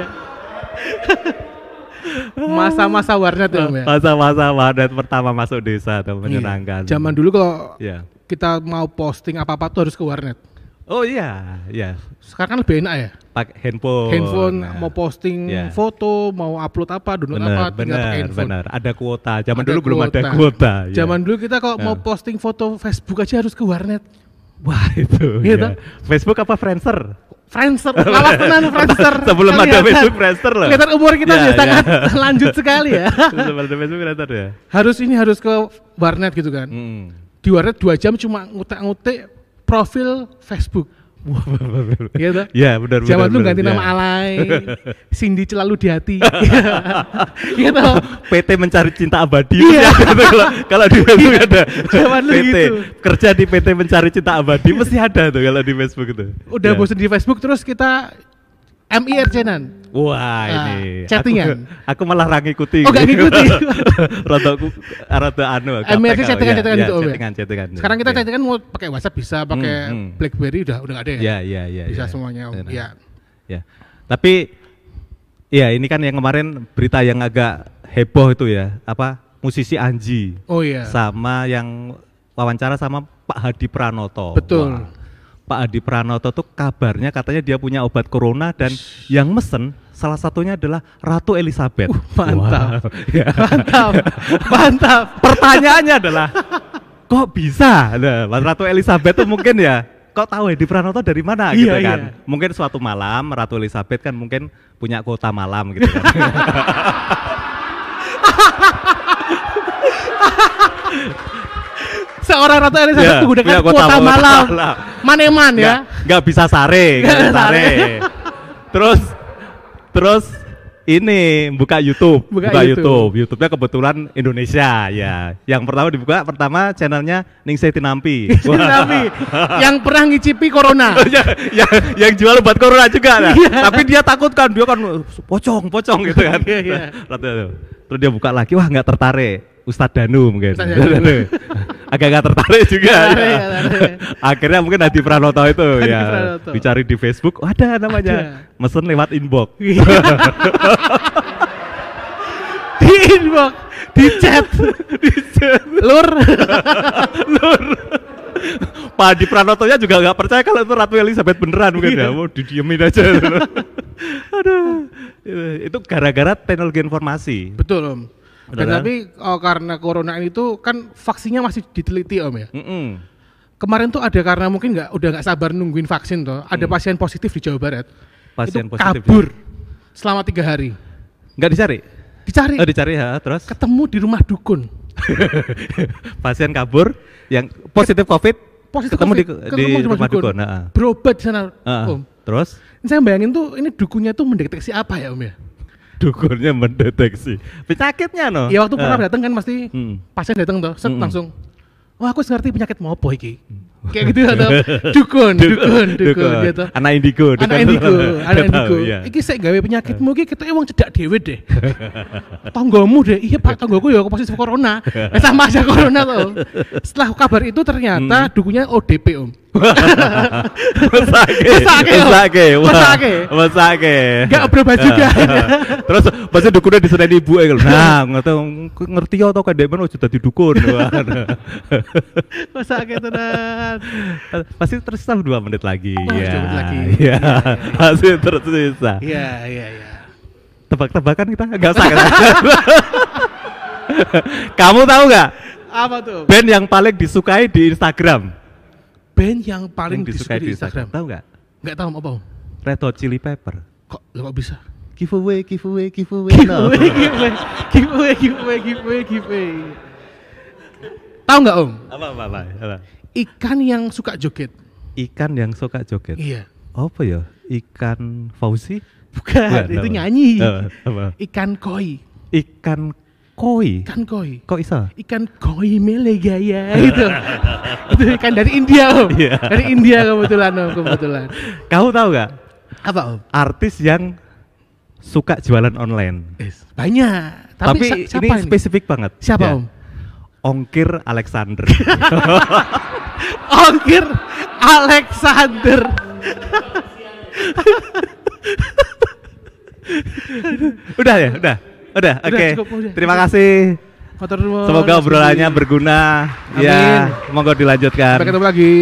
Masa-masa warnet ya, Mbak. Masa-masa warnet pertama masuk desa tuh menyenangkan. Iya. Zaman dulu kalau ya. kita mau posting apa-apa tuh harus ke warnet. Oh iya, iya. Sekarang kan lebih enak ya. Pakai handphone. Handphone nah. mau posting ya. foto, mau upload apa, download bener, apa, tinggal pakai handphone. Benar, ada kuota. Zaman ada dulu kuota. belum ada kuota. Zaman ya. dulu kita kalau ya. mau posting foto Facebook aja harus ke warnet. Wah itu. Gitu. Ya. Facebook apa Friendster? Friendster, lawas tenan Friendster. Sebelum Kelihatan, ada Facebook Friendster loh. Kelihatan umur kita ya, sudah ya. sangat lanjut sekali ya. Sebelum ada Facebook Friendster ya. Harus ini harus ke warnet gitu kan. Hmm. Di warnet dua jam cuma ngutek-ngutek profil Facebook. Wah, gitu. Ya benar benar. Zaman dulu ganti ya. nama alay, Cindy Selalu di Hati. Gitu. P T Mencari Cinta Abadi. Iya. kalau kalau di Facebook ada. Zaman dulu P T gitu. Kerja di P T Mencari Cinta Abadi mesti ada tuh kalau di Facebook itu. Udah ya. bosan di Facebook terus kita M I R C-nan. Wah nah, ini chattingan. Aku, aku malah ra ngikuti. Oh gak ngikuti. Rada rada anu. M I R C chattingan-chattingan gitu. Chattingan-chattingan. Sekarang kita chattingan mau pakai WhatsApp bisa, pakai hmm, hmm. BlackBerry udah udah gak ada ya. Iya iya iya. Bisa ya. semuanya. Benar. Ya. Ya. Tapi ya ini kan yang kemarin berita yang agak heboh itu ya, apa musisi Anji. Oh iya. Sama yang wawancara sama Pak Hadi Pranoto. Betul. Wah. Pak Hadi Pranoto tuh kabarnya katanya dia punya obat corona dan yang mesen salah satunya adalah Ratu Elizabeth. Uh, mantap. Wow. Ya. Mantap. Mantap. Pertanyaannya adalah kok bisa? Nah, Ratu Elizabeth tuh mungkin ya, kok tahu Hadi Pranoto dari mana gitu iya, kan? Iya. Mungkin suatu malam Ratu Elizabeth kan mungkin punya kuota malam gitu kan. Seorang Ratu Elizabeth ya, menggunakan kuota, kuota, kuota malam. malam. Maneman ya. Nggak bisa sare, nggak bisa sare. Terus terus ini buka YouTube, buka, buka YouTube. YouTube. YouTube-nya kebetulan Indonesia ya. Yang pertama dibuka pertama channelnya Ningsih Tinampi. Tinampi yang pernah ngicipi corona. yang, yang, yang jual obat corona juga lah. Tapi dia takut kan, dia kan pocong, pocong gitu kan. Iya, iya. Terus dia buka lagi, wah nggak tertarik. Ustadz Danu mungkin. Ustadz Danu. Agak nggak tertarik juga. Tertarik, ya. tertarik. Akhirnya mungkin Hadi Pranoto itu Hadi ya Pranoto. dicari di Facebook, oh, ada namanya. Ada. Mesen lewat inbox. Di inbox, di chat, di chat. Lur. Lur. Pak Hadi Pranotonya juga nggak percaya kalau itu Ratu Elizabeth beneran mungkin ya. Mau didiemin aja. Aduh. Itu gara-gara teknologi informasi. Betul Om. Dan tapi oh, karena corona ini tuh kan vaksinnya masih diteliti Om ya. Mm-mm. Kemarin tuh ada karena mungkin nggak udah nggak sabar nungguin vaksin tuh. Ada mm. pasien positif di Jawa Barat. Pasien itu positif kabur ya? Selama tiga hari. Nggak dicari? Dicari. Oh dicari ya, terus? Ketemu di rumah dukun. Pasien kabur yang positif COVID. Positif ketemu COVID, di, ketemu di, di rumah dukun, dukun. Nah. Berobat di sana, uh, Om. Terus? Ini saya bayangin tuh, ini dukunnya tuh mendeteksi apa ya Om ya? Dukunnya mendeteksi penyakitnya no? Ya waktu uh. pernah datang kan pasti hmm. pasien datang tuh, set hmm. langsung, wah aku ngerti penyakit mau apa iki? Kayak gitu atau dukun, dukun, dukun, gitu. Anak indigo, anak indigo, anak indigo. Iki saya gawe penyakitmu iki kita emang cedak dewe deh. Tonggomu deh, iya Pak tonggoku ya aku positif corona. Eh, sama aja corona tuh. Setelah kabar itu ternyata hmm. dukunnya O D P Om. Mesake, mesake, mesake, mesake. Gak berubah juga. Terus pasti dukunnya diseneni ibu e. Nah, ngerti ya to kadek men ojo dadi dukun. Mesake tenan. Pasti tersisa dua menit lagi. Oh, ya. dua menit lagi. Iya. Masih tersisa. Iya, iya, iya. Tebak-tebakan kita enggak usah. Kamu tahu enggak? Apa tuh? Band yang paling disukai di Instagram. Band yang paling yang disukai di Instagram. Instagram. Tahu nggak? Nggak tahu apa? Red Hot Chili Pepper. Kok kok bisa? Giveaway, giveaway, giveaway. Giveaway, giveaway, giveaway, giveaway, giveaway, giveaway. Tahu nggak Om? Apa, apa, apa, apa? Ikan yang suka joget. Ikan yang suka joget. Iya. Apa ya? Ikan Fauzi? Bukan, Bukan itu apa? Nyanyi. Apa, apa? Ikan koi. Ikan koi. Ikan koi. Kok bisa? Ikan koi mele gaya gitu. Itu ikan dari India Om. Yeah. Dari India kebetulan Om, kebetulan. Kamu tahu nggak? Apa Om? Artis yang suka jualan online. Yes. Banyak. Tapi, Tapi si- ini, ini spesifik banget. Siapa ya. Om? Ongkir Alexander. Ongkir Alexander. Udah ya, udah. Udah, oke. Okay. Terima kasih. Semoga obrolannya berguna. Amin. Ya, monggo dilanjutkan. Sampai ketemu lagi.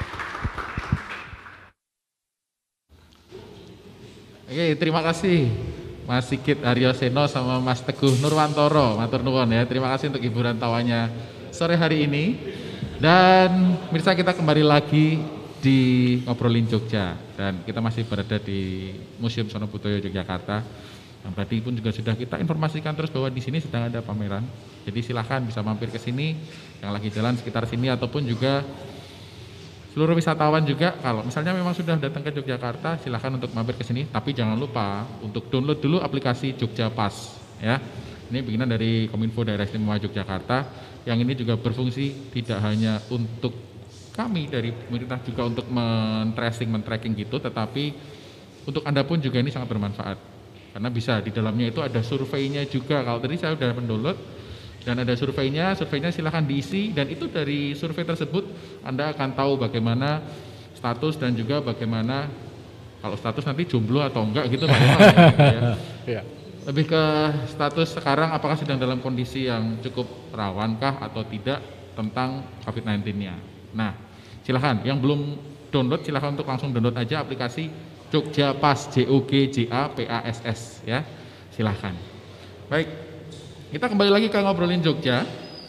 Oke, terima kasih Mas Sigit Haryoseno sama Mas Teguh Nurwantoro. Matur nuwun ya. Terima kasih untuk hiburan tawanya sore hari ini. Dan mirsa kita kembali lagi di Ngobrolin Jogja dan kita masih berada di Museum Sono Budoyo Yogyakarta. Yang tadi pun juga sudah kita informasikan terus bahwa di sini sedang ada pameran. Jadi silahkan bisa mampir ke sini yang lagi jalan sekitar sini ataupun juga seluruh wisatawan juga kalau misalnya memang sudah datang ke Yogyakarta silahkan untuk mampir ke sini. Tapi jangan lupa untuk download dulu aplikasi Jogja Pass ya. Ini bikinan dari Kominfo Daerah Istimewa Yogyakarta yang ini juga berfungsi tidak hanya untuk kami dari pemerintah juga untuk men-tracing, men-tracking gitu, tetapi untuk Anda pun juga ini sangat bermanfaat. Karena bisa di dalamnya itu ada surveinya juga. Kalau tadi saya sudah mendownload dan ada surveinya, surveinya silahkan diisi dan itu dari survei tersebut Anda akan tahu bagaimana status dan juga bagaimana kalau status nanti jomblo atau enggak gitu Pak ya. Ya. Lebih ke status sekarang apakah sedang dalam kondisi yang cukup rawankah atau tidak tentang covid sembilan belas-nya. Nah, silahkan yang belum download silahkan untuk langsung download aja aplikasi Jogja Pass, J O G J A P A S S ya. Silahkan. Baik. Kita kembali lagi ke Ngobrolin Jogja.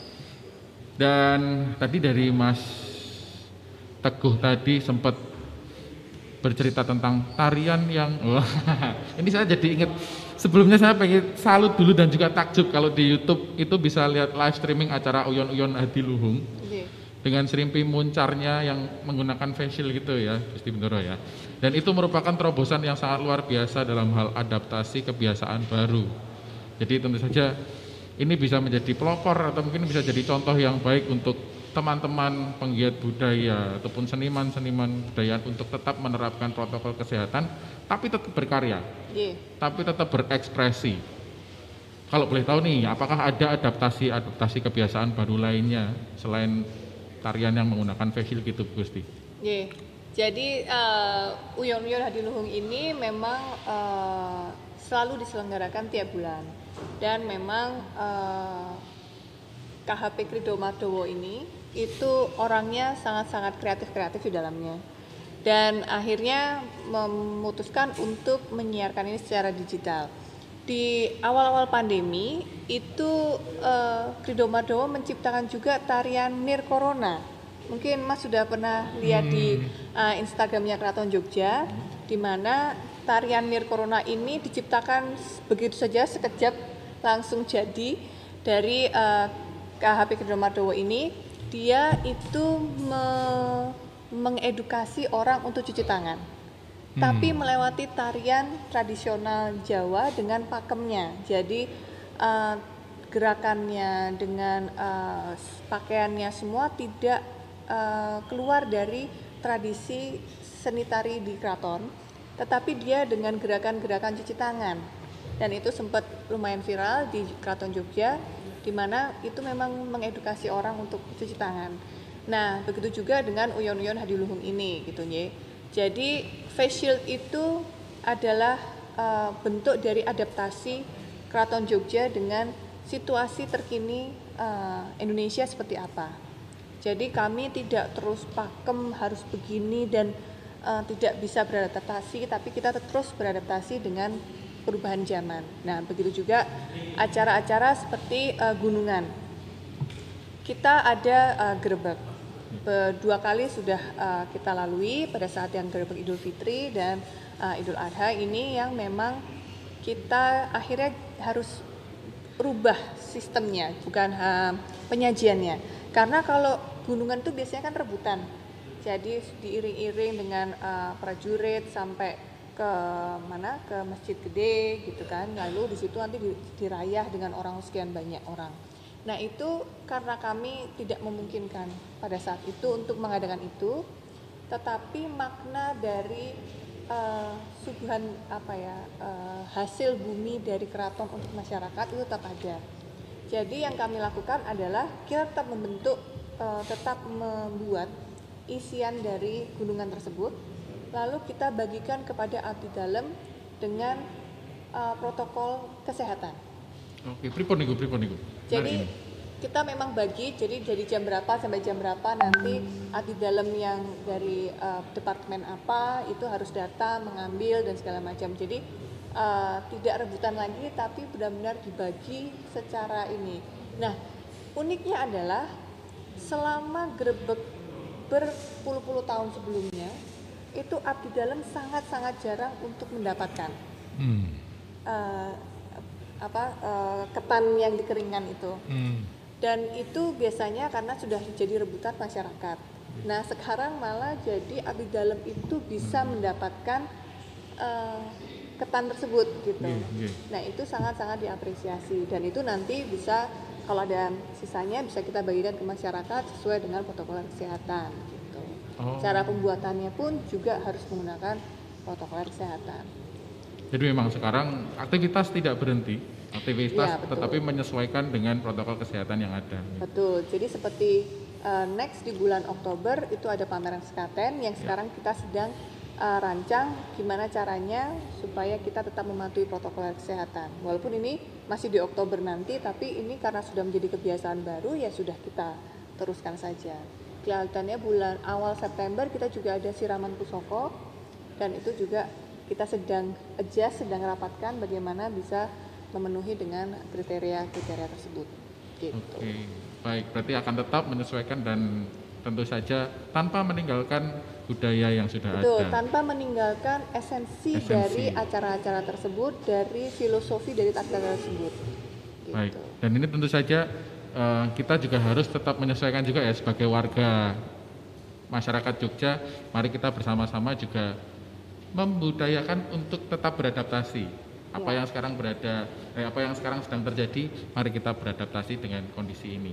Dan tadi dari Mas Teguh tadi sempat bercerita tentang tarian yang oh, ini saya jadi ingat sebelumnya saya pengen salut dulu dan juga takjub kalau di YouTube itu bisa lihat live streaming acara Uyon-Uyon Hadiluhung yeah. dengan serimpi muncarnya yang menggunakan facial gitu ya, Gusti Bendoro ya. Dan itu merupakan terobosan yang sangat luar biasa dalam hal adaptasi kebiasaan baru. Jadi tentu saja ini bisa menjadi pelopor atau mungkin bisa jadi contoh yang baik untuk teman-teman penggiat budaya ataupun seniman-seniman budaya untuk tetap menerapkan protokol kesehatan tapi tetap berkarya, yeah. tapi tetap berekspresi. Kalau boleh tahu nih, apakah ada adaptasi-adaptasi kebiasaan baru lainnya selain tarian yang menggunakan facial gitu, Gusti? Yeah. Jadi uh, Uyon-Uyon Hadiluhung ini memang uh, selalu diselenggarakan tiap bulan dan memang uh, K H P Krido Mardowo ini itu orangnya sangat-sangat kreatif-kreatif di dalamnya. dan akhirnya memutuskan untuk menyiarkan ini secara digital. Di awal-awal pandemi itu uh, Krido Mardowo menciptakan juga tarian Nir Corona. Mungkin Mas sudah pernah lihat hmm. di uh, Instagramnya Keraton Jogja, di mana tarian Nir Corona ini diciptakan begitu saja sekejap langsung jadi dari uh, K H P Krido Mardowo ini. Dia itu me- mengedukasi orang untuk cuci tangan. Hmm. Tapi melewati tarian tradisional Jawa dengan pakemnya. Jadi uh, gerakannya dengan uh, pakaiannya semua tidak uh, keluar dari tradisi seni tari di keraton, tetapi dia dengan gerakan-gerakan cuci tangan. Dan itu sempat lumayan viral di Keraton Jogja, di mana itu memang mengedukasi orang untuk cuci tangan. Nah, begitu juga dengan Uyon-Uyon Hadiluhung ini gitu ya. Jadi face shield itu adalah uh, bentuk dari adaptasi Keraton Jogja dengan situasi terkini uh, Indonesia seperti apa. Jadi kami tidak terus pakem harus begini dan uh, tidak bisa beradaptasi, tapi kita terus beradaptasi dengan perubahan zaman. Nah, begitu juga acara-acara seperti uh, gunungan. Kita ada uh, gerebek. Dua kali sudah uh, kita lalui pada saat yang gerebek Idul Fitri dan uh, Idul Adha ini yang memang kita akhirnya harus rubah sistemnya, bukan uh, penyajiannya. Karena kalau gunungan itu biasanya kan rebutan, jadi diiring-iring dengan uh, prajurit sampai ke mana, ke masjid gede gitu kan, lalu di situ nanti dirayah dengan orang sekian banyak orang. Nah itu karena kami tidak memungkinkan pada saat itu untuk mengadakan itu, tetapi makna dari uh, suguhan apa ya uh, hasil bumi dari keraton untuk masyarakat itu tetap ada. Jadi yang kami lakukan adalah kita tetap membentuk, uh, tetap membuat isian dari gunungan tersebut, lalu kita bagikan kepada abdi dalam dengan uh, protokol kesehatan. Oke, pripun niku, pripun niku. Jadi kita memang bagi, jadi dari jam berapa sampai jam berapa nanti abdi dalam yang dari uh, departemen apa itu harus datang mengambil dan segala macam. Jadi uh, tidak rebutan lagi, tapi benar-benar dibagi secara ini. Nah, uniknya adalah selama gerebek berpuluh-puluh tahun sebelumnya itu abdi dalam sangat-sangat jarang untuk mendapatkan. Hmm. Uh, apa uh, ketan yang dikeringkan itu, hmm. dan itu biasanya karena sudah jadi rebutan masyarakat. Nah sekarang malah jadi abdi dalam itu bisa mendapatkan uh, ketan tersebut gitu. Yeah, yeah. Nah itu sangat-sangat diapresiasi dan itu nanti bisa kalau ada sisanya bisa kita bagikan ke masyarakat sesuai dengan protokol kesehatan gitu. Oh. Cara pembuatannya pun juga harus menggunakan protokol kesehatan. Jadi memang sekarang aktivitas tidak berhenti, aktivitas ya, tetapi menyesuaikan dengan protokol kesehatan yang ada. Betul, jadi seperti uh, next di bulan Oktober itu ada pameran Sekaten yang sekarang ya. kita sedang uh, rancang gimana caranya supaya kita tetap mematuhi protokol kesehatan. Walaupun ini masih di Oktober nanti, tapi ini karena sudah menjadi kebiasaan baru ya sudah kita teruskan saja. Kelihatannya bulan awal September kita juga ada siraman pusoko dan itu juga kita sedang adjust, sedang rapatkan bagaimana bisa memenuhi dengan kriteria-kriteria tersebut. Gitu. Oke, baik. Berarti akan tetap menyesuaikan dan tentu saja tanpa meninggalkan budaya yang sudah Betul, ada. tanpa meninggalkan esensi, esensi dari acara-acara tersebut, dari filosofi dari acara tersebut. Gitu. Baik. Dan ini tentu saja uh, kita juga harus tetap menyesuaikan juga ya sebagai warga masyarakat Jogja. Mari kita bersama-sama juga membudayakan untuk tetap beradaptasi. Apa ya. yang sekarang berada, eh, apa yang sekarang sedang terjadi, mari kita beradaptasi dengan kondisi ini.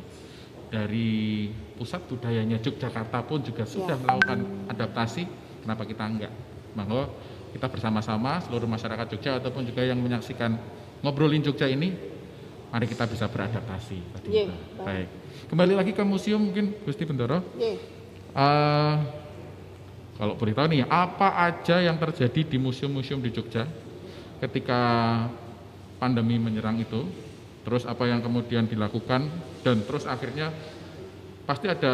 Dari pusat budayanya Yogyakarta pun juga sudah ya. melakukan adaptasi. Kenapa kita enggak? Monggo kita bersama-sama seluruh masyarakat Jogja ataupun juga yang menyaksikan Ngobrolin Jogja ini, mari kita bisa beradaptasi. Tadi ya, baik. Kembali lagi ke museum mungkin Gusti Bendoro. Ya. Uh, Kalau boleh tahu nih, apa aja yang terjadi di museum-museum di Jogja ketika pandemi menyerang itu, terus apa yang kemudian dilakukan, dan terus akhirnya pasti ada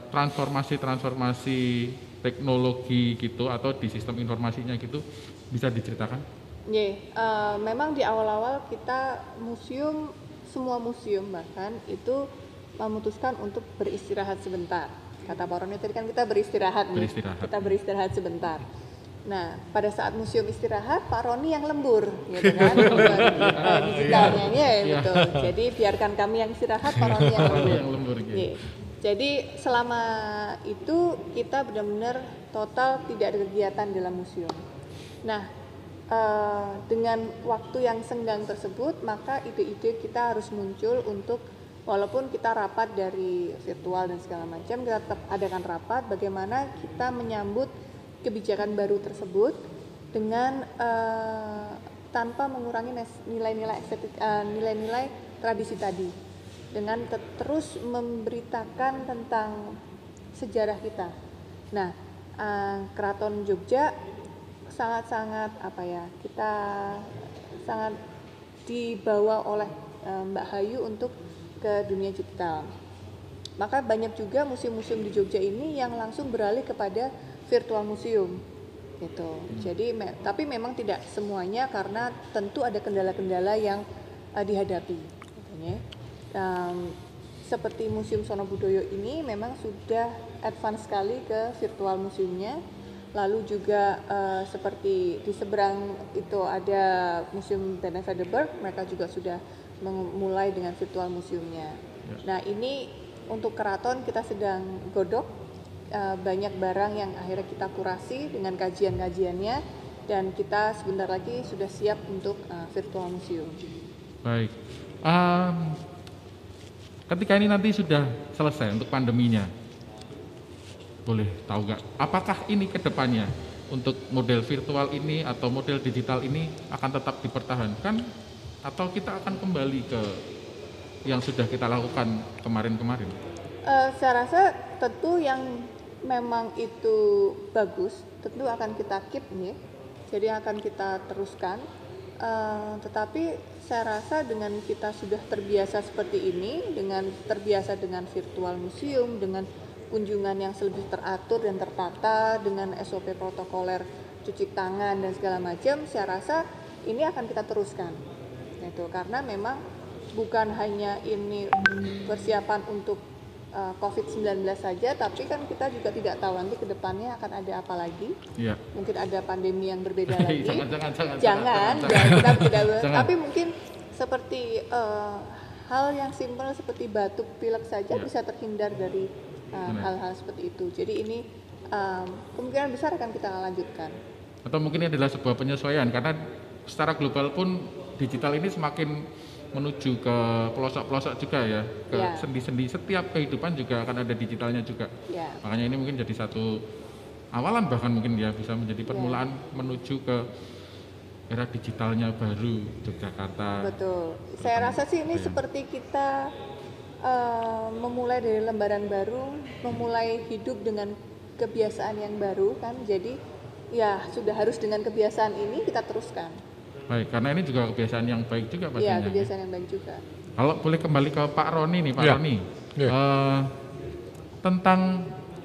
transformasi-transformasi teknologi gitu atau di sistem informasinya gitu bisa diceritakan? Yeah, uh, memang di awal-awal kita museum, semua museum bahkan itu memutuskan untuk beristirahat sebentar. Kata Pak Roni tadi kan kita beristirahat nih, beristirahat. kita beristirahat sebentar. Nah, pada saat museum istirahat, Pak Roni yang lembur, gitu kan, uh, digitalnya, ya yeah, betul. Jadi biarkan kami yang istirahat, Pak Roni yang lembur. yang lembur gitu. Yeah. Jadi selama itu kita benar-benar total tidak ada kegiatan dalam museum. Nah, uh, dengan waktu yang senggang tersebut, maka ide-ide kita harus muncul untuk walaupun kita rapat dari virtual dan segala macam, kita tetap adakan rapat bagaimana kita menyambut kebijakan baru tersebut dengan uh, tanpa mengurangi nilai-nilai estetik, uh, nilai-nilai tradisi tadi, dengan te- terus memberitakan tentang sejarah kita. Nah, uh, Keraton Jogja sangat-sangat apa ya, kita sangat dibawa oleh uh, Mbak Hayu untuk ke dunia digital. Maka banyak juga museum-museum di Jogja ini yang langsung beralih kepada virtual museum gitu. Hmm. Jadi me- tapi memang tidak semuanya karena tentu ada kendala-kendala yang uh, dihadapi. Katanya. Um, seperti Museum Sono Budoyo ini memang sudah advance sekali ke virtual museumnya. Lalu juga uh, seperti di seberang itu ada Museum Benevadeberg, mereka juga sudah memulai dengan virtual museumnya. Ya. Nah, ini untuk keraton kita sedang godok. Uh, banyak barang yang akhirnya kita kurasi dengan kajian-kajiannya dan kita sebentar lagi sudah siap untuk uh, virtual museum. Baik, um, ketika ini nanti sudah selesai untuk pandeminya, boleh tahu nggak apakah ini kedepannya untuk model virtual ini atau model digital ini akan tetap dipertahankan atau kita akan kembali ke yang sudah kita lakukan kemarin-kemarin? Uh, saya rasa tentu yang memang itu bagus, tentu akan kita keep nih, jadi akan kita teruskan. Uh, tetapi saya rasa dengan kita sudah terbiasa seperti ini, dengan terbiasa dengan virtual museum, dengan kunjungan yang lebih teratur dan tertata, dengan S O P protokoler cuci tangan dan segala macam, saya rasa ini akan kita teruskan. Itu karena memang bukan hanya ini persiapan untuk uh, covid sembilan belas saja, tapi kan kita juga tidak tahu nanti ke depannya akan ada apa lagi. Ya. Mungkin ada pandemi yang berbeda lagi. jangan, jangan, jangan, jangan, jangan, jangan, kita tidak. Jangan. Tapi mungkin seperti uh, hal yang simpel seperti batuk pilek saja ya. Bisa terhindar dari uh, hal-hal seperti itu. Jadi ini um, kemungkinan besar akan kita lanjutkan. Atau mungkin ini adalah sebuah penyesuaian karena secara global pun digital ini semakin menuju ke pelosok-pelosok juga ya, ke ya. sendi-sendi setiap kehidupan juga akan ada digitalnya juga. Ya. Makanya ini mungkin jadi satu awalan bahkan mungkin ya bisa menjadi permulaan ya. menuju ke era digitalnya baru Yogyakarta. Betul. Saya rasa sih ini ya. seperti kita uh, memulai dari lembaran baru, memulai hidup dengan kebiasaan yang baru kan. Jadi ya sudah harus dengan kebiasaan ini kita teruskan. Baik, karena ini juga kebiasaan yang baik juga pastinya. Iya, kebiasaan yang baik juga. Kalau boleh kembali ke Pak Roni nih, Pak ya. Roni. Ya. Uh, tentang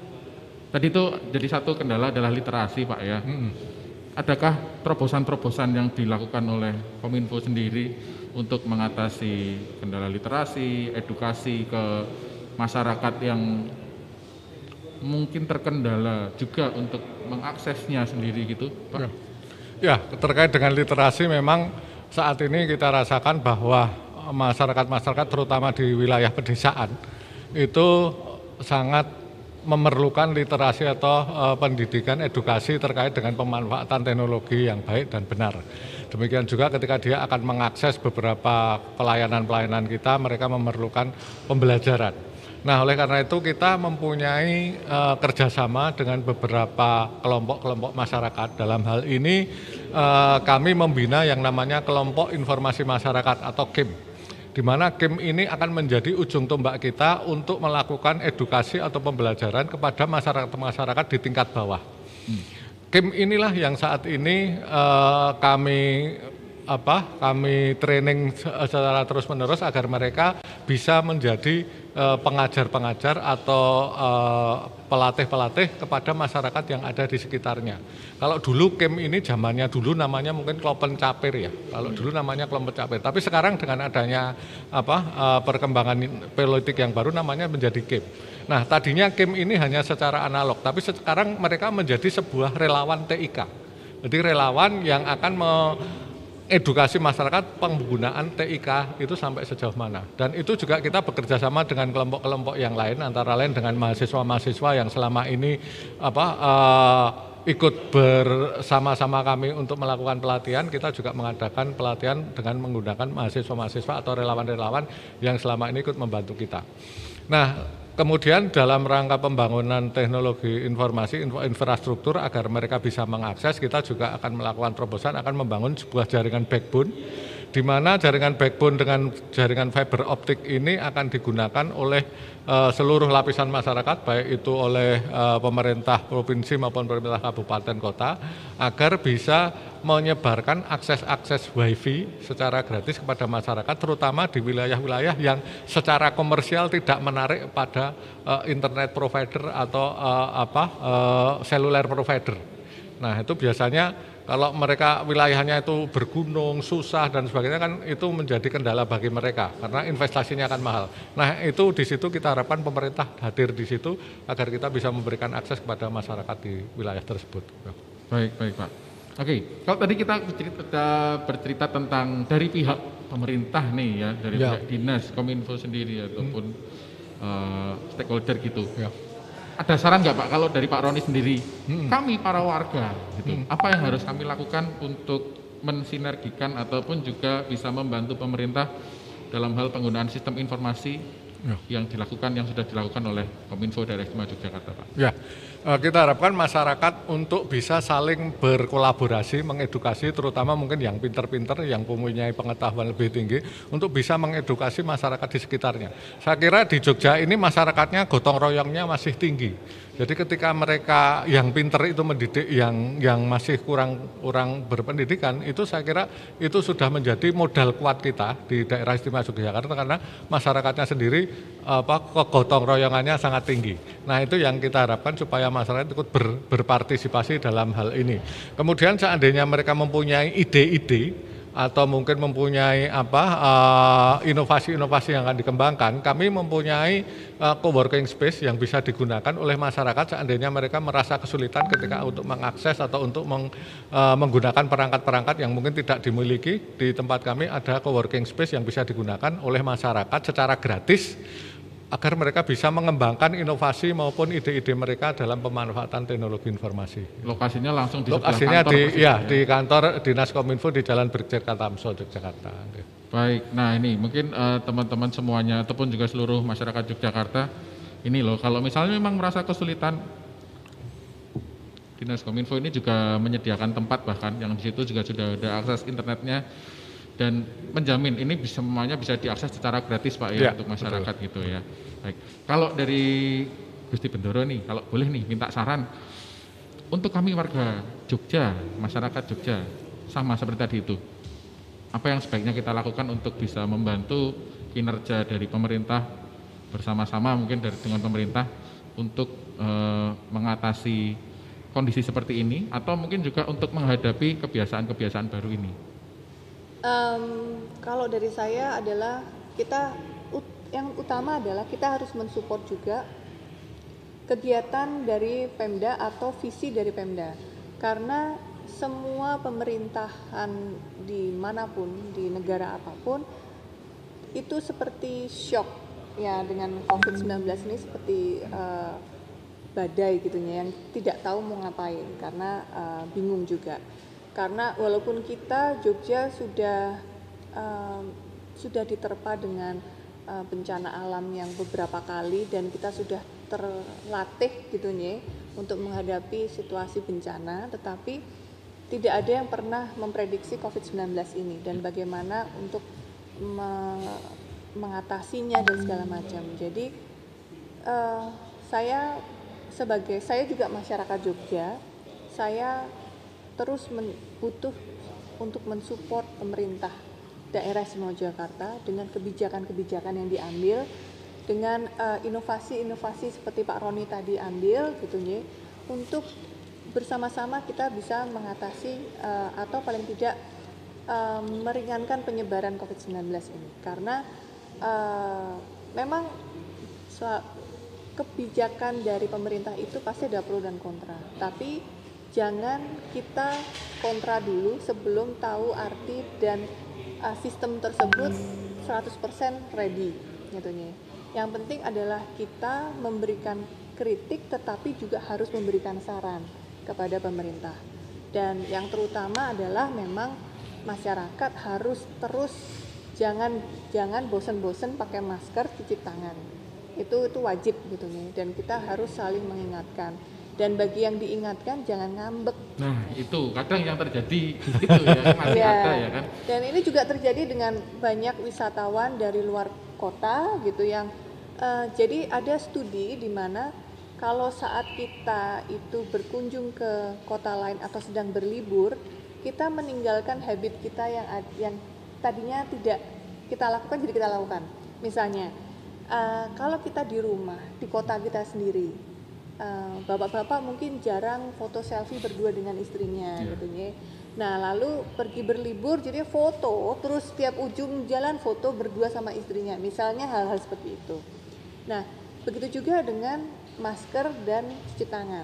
tadi itu jadi satu kendala adalah literasi, Pak ya. Hmm. Adakah terobosan-terobosan yang dilakukan oleh Kominfo sendiri untuk mengatasi kendala literasi, edukasi ke masyarakat yang mungkin terkendala juga untuk mengaksesnya sendiri gitu, Pak? Ya. Ya, terkait dengan literasi memang saat ini kita rasakan bahwa masyarakat-masyarakat terutama di wilayah pedesaan itu sangat memerlukan literasi atau uh, pendidikan edukasi terkait dengan pemanfaatan teknologi yang baik dan benar. Demikian juga ketika dia akan mengakses beberapa pelayanan-pelayanan kita, mereka memerlukan pembelajaran. Nah, oleh karena itu kita mempunyai uh, kerjasama dengan beberapa kelompok-kelompok masyarakat. Dalam hal ini uh, kami membina yang namanya Kelompok Informasi Masyarakat atau K I M, di mana K I M ini akan menjadi ujung tombak kita untuk melakukan edukasi atau pembelajaran kepada masyarakat-masyarakat di tingkat bawah. Hmm. K I M inilah yang saat ini uh, kami apa kami training secara terus-menerus agar mereka bisa menjadi uh, pengajar-pengajar atau uh, pelatih-pelatih kepada masyarakat yang ada di sekitarnya. Kalau dulu K I M ini zamannya dulu namanya mungkin Klopen Capir ya. Kalau dulu namanya Klopen Capir. Tapi sekarang dengan adanya apa uh, perkembangan politik yang baru namanya menjadi K I M. Nah, tadinya K I M ini hanya secara analog, tapi sekarang mereka menjadi sebuah relawan T I K. Jadi relawan yang akan me edukasi masyarakat penggunaan T I K itu sampai sejauh mana. Dan itu juga kita bekerja sama dengan kelompok-kelompok yang lain, antara lain dengan mahasiswa-mahasiswa yang selama ini apa uh, ikut bersama-sama kami untuk melakukan pelatihan. Kita juga mengadakan pelatihan dengan menggunakan mahasiswa-mahasiswa atau relawan-relawan yang selama ini ikut membantu kita. Nah, kemudian dalam rangka pembangunan teknologi informasi infrastruktur agar mereka bisa mengakses, kita juga akan melakukan terobosan, akan membangun sebuah jaringan backbone, di mana jaringan backbone dengan jaringan fiber optik ini akan digunakan oleh uh, seluruh lapisan masyarakat, baik itu oleh uh, pemerintah provinsi maupun pemerintah kabupaten kota, agar bisa menyebarkan akses-akses wifi secara gratis kepada masyarakat, terutama di wilayah-wilayah yang secara komersial tidak menarik pada uh, internet provider atau uh, apa uh, seluler provider. Nah, itu biasanya kalau mereka wilayahnya itu bergunung, susah dan sebagainya, kan itu menjadi kendala bagi mereka karena investasinya akan mahal. Nah, itu di situ kita harapkan pemerintah hadir di situ agar kita bisa memberikan akses kepada masyarakat di wilayah tersebut. Baik, baik Pak. Oke, kalau tadi kita bercerita, bercerita tentang dari pihak pemerintah nih ya, dari ya. pihak dinas, Kominfo sendiri ataupun hmm. uh, stakeholder gitu. Ya. Ada saran nggak Pak kalau dari Pak Roni sendiri, hmm. kami para warga, gitu, hmm. apa yang harus kami lakukan untuk mensinergikan ataupun juga bisa membantu pemerintah dalam hal penggunaan sistem informasi ya. yang dilakukan, yang sudah dilakukan oleh Kominfo Daerah Istimewa Yogyakarta Pak? Ya, kita harapkan masyarakat untuk bisa saling berkolaborasi, mengedukasi, terutama mungkin yang pinter-pinter, yang mempunyai pengetahuan lebih tinggi, untuk bisa mengedukasi masyarakat di sekitarnya. Saya kira di Jogja ini masyarakatnya gotong royongnya masih tinggi. Jadi ketika mereka yang pinter itu mendidik yang yang masih kurang kurang berpendidikan, itu saya kira itu sudah menjadi modal kuat kita di Daerah Istimewa Yogyakarta karena masyarakatnya sendiri apa kegotong royongannya sangat tinggi. Nah, itu yang kita harapkan supaya masyarakat ikut ber, berpartisipasi dalam hal ini. Kemudian seandainya mereka mempunyai ide-ide atau mungkin mempunyai apa uh, inovasi-inovasi yang akan dikembangkan, kami mempunyai uh, co-working space yang bisa digunakan oleh masyarakat seandainya mereka merasa kesulitan ketika untuk mengakses atau untuk meng, uh, menggunakan perangkat-perangkat yang mungkin tidak dimiliki. Di tempat kami ada co-working space yang bisa digunakan oleh masyarakat secara gratis agar mereka bisa mengembangkan inovasi maupun ide-ide mereka dalam pemanfaatan teknologi informasi. Lokasinya langsung di Lokasinya kantor, di ya, ya di kantor Dinas Kominfo di Jalan Brigjen Katamso, Yogyakarta. Baik, nah ini mungkin uh, teman-teman semuanya ataupun juga seluruh masyarakat Yogyakarta, ini loh kalau misalnya memang merasa kesulitan, Dinas Kominfo ini juga menyediakan tempat bahkan yang di situ juga sudah ada akses internetnya dan menjamin ini bisa semuanya bisa diakses secara gratis Pak ya, ya untuk masyarakat betul. Gitu ya. Baik. Kalau dari Gusti Bendoro nih, kalau boleh nih minta saran untuk kami warga Jogja, masyarakat Jogja, sama seperti tadi itu. Apa yang sebaiknya kita lakukan untuk bisa membantu kinerja dari pemerintah bersama-sama mungkin dari dengan pemerintah untuk eh, mengatasi kondisi seperti ini atau mungkin juga untuk menghadapi kebiasaan-kebiasaan baru ini? Um, kalau dari saya adalah kita yang utama adalah kita harus mensupport juga kegiatan dari Pemda atau visi dari Pemda, karena semua pemerintahan dimanapun di negara apapun itu seperti shock ya dengan covid sembilan belas ini, seperti uh, badai gitunya yang tidak tahu mau ngapain karena uh, bingung juga. Karena walaupun kita Jogja sudah uh, sudah diterpa dengan uh, bencana alam yang beberapa kali dan kita sudah terlatih gitu nih untuk menghadapi situasi bencana, tetapi tidak ada yang pernah memprediksi covid sembilan belas ini dan bagaimana untuk me- mengatasinya dan segala macam. Jadi uh, saya sebagai saya juga masyarakat Jogja, saya terus men, butuh untuk mensupport pemerintah daerah Istimewa Yogyakarta dengan kebijakan-kebijakan yang diambil, dengan uh, inovasi-inovasi seperti Pak Roni tadi ambil gitu ya, untuk bersama-sama kita bisa mengatasi uh, atau paling tidak uh, meringankan penyebaran covid sembilan belas ini. Karena uh, memang kebijakan dari pemerintah itu pasti ada pro dan kontra, tapi jangan kita kontra dulu sebelum tahu arti dan uh, sistem tersebut seratus persen ready gitu ya. Yang penting adalah kita memberikan kritik tetapi juga harus memberikan saran kepada pemerintah. Dan yang terutama adalah memang masyarakat harus terus jangan jangan bosan-bosan pakai masker, cuci tangan. Itu itu wajib gitu nih, dan kita harus saling mengingatkan. Dan bagi yang diingatkan jangan ngambek. Nah, itu kadang yang terjadi itu ya masih ya. ada ya kan. Dan ini juga terjadi dengan banyak wisatawan dari luar kota gitu yang uh, jadi ada studi di mana kalau saat kita itu berkunjung ke kota lain atau sedang berlibur, kita meninggalkan habit kita yang yang tadinya tidak kita lakukan jadi kita lakukan. Misalnya, uh, kalau kita di rumah, di kota kita sendiri, uh, bapak-bapak mungkin jarang foto selfie berdua dengan istrinya, yeah. gitu ya. Nah, lalu pergi berlibur, jadi foto, terus setiap ujung jalan foto berdua sama istrinya, misalnya hal-hal seperti itu. Nah, begitu juga dengan masker dan cuci tangan.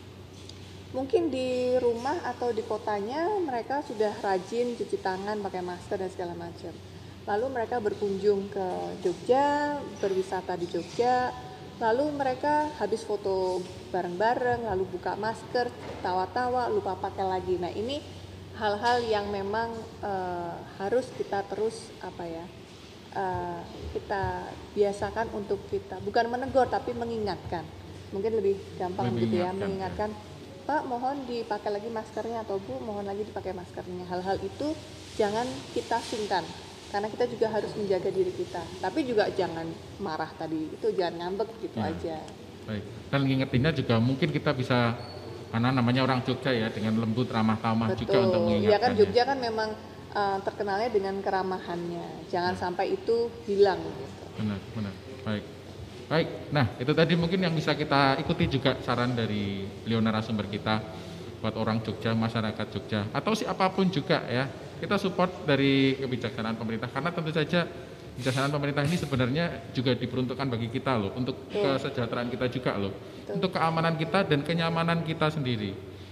Mungkin di rumah atau di kotanya mereka sudah rajin cuci tangan, pakai masker dan segala macam. Lalu mereka berkunjung ke Jogja, berwisata di Jogja, lalu mereka habis foto bareng-bareng, lalu buka masker, tawa-tawa, lupa pakai lagi. Nah, ini hal-hal yang memang uh, harus kita terus apa ya uh, kita biasakan untuk kita bukan menegur tapi mengingatkan, mungkin lebih gampang gitu ya, mengingatkan, Pak mohon dipakai lagi maskernya, atau Bu mohon lagi dipakai maskernya. Hal-hal itu jangan kita sungkan karena kita juga harus menjaga diri kita, tapi juga jangan marah tadi itu, jangan ngambek gitu ya. Aja. Baik. Dan ngingetinnya juga mungkin kita bisa, karena namanya orang Jogja ya, dengan lembut, ramah tamah juga untuk mengingatkan. Ya kan Jogja kan memang uh, terkenalnya dengan keramahannya. Jangan ya. sampai itu hilang gitu. Benar, benar. Baik. Baik. Nah, itu tadi mungkin yang bisa kita ikuti juga saran dari beliau narasumber kita buat orang Jogja, masyarakat Jogja, atau siapapun juga ya. Kita support dari kebijaksanaan pemerintah, karena tentu saja kebijaksanaan pemerintah ini sebenarnya juga diperuntukkan bagi kita loh, untuk Betul. kesejahteraan kita juga loh, Betul. untuk keamanan kita dan kenyamanan kita sendiri.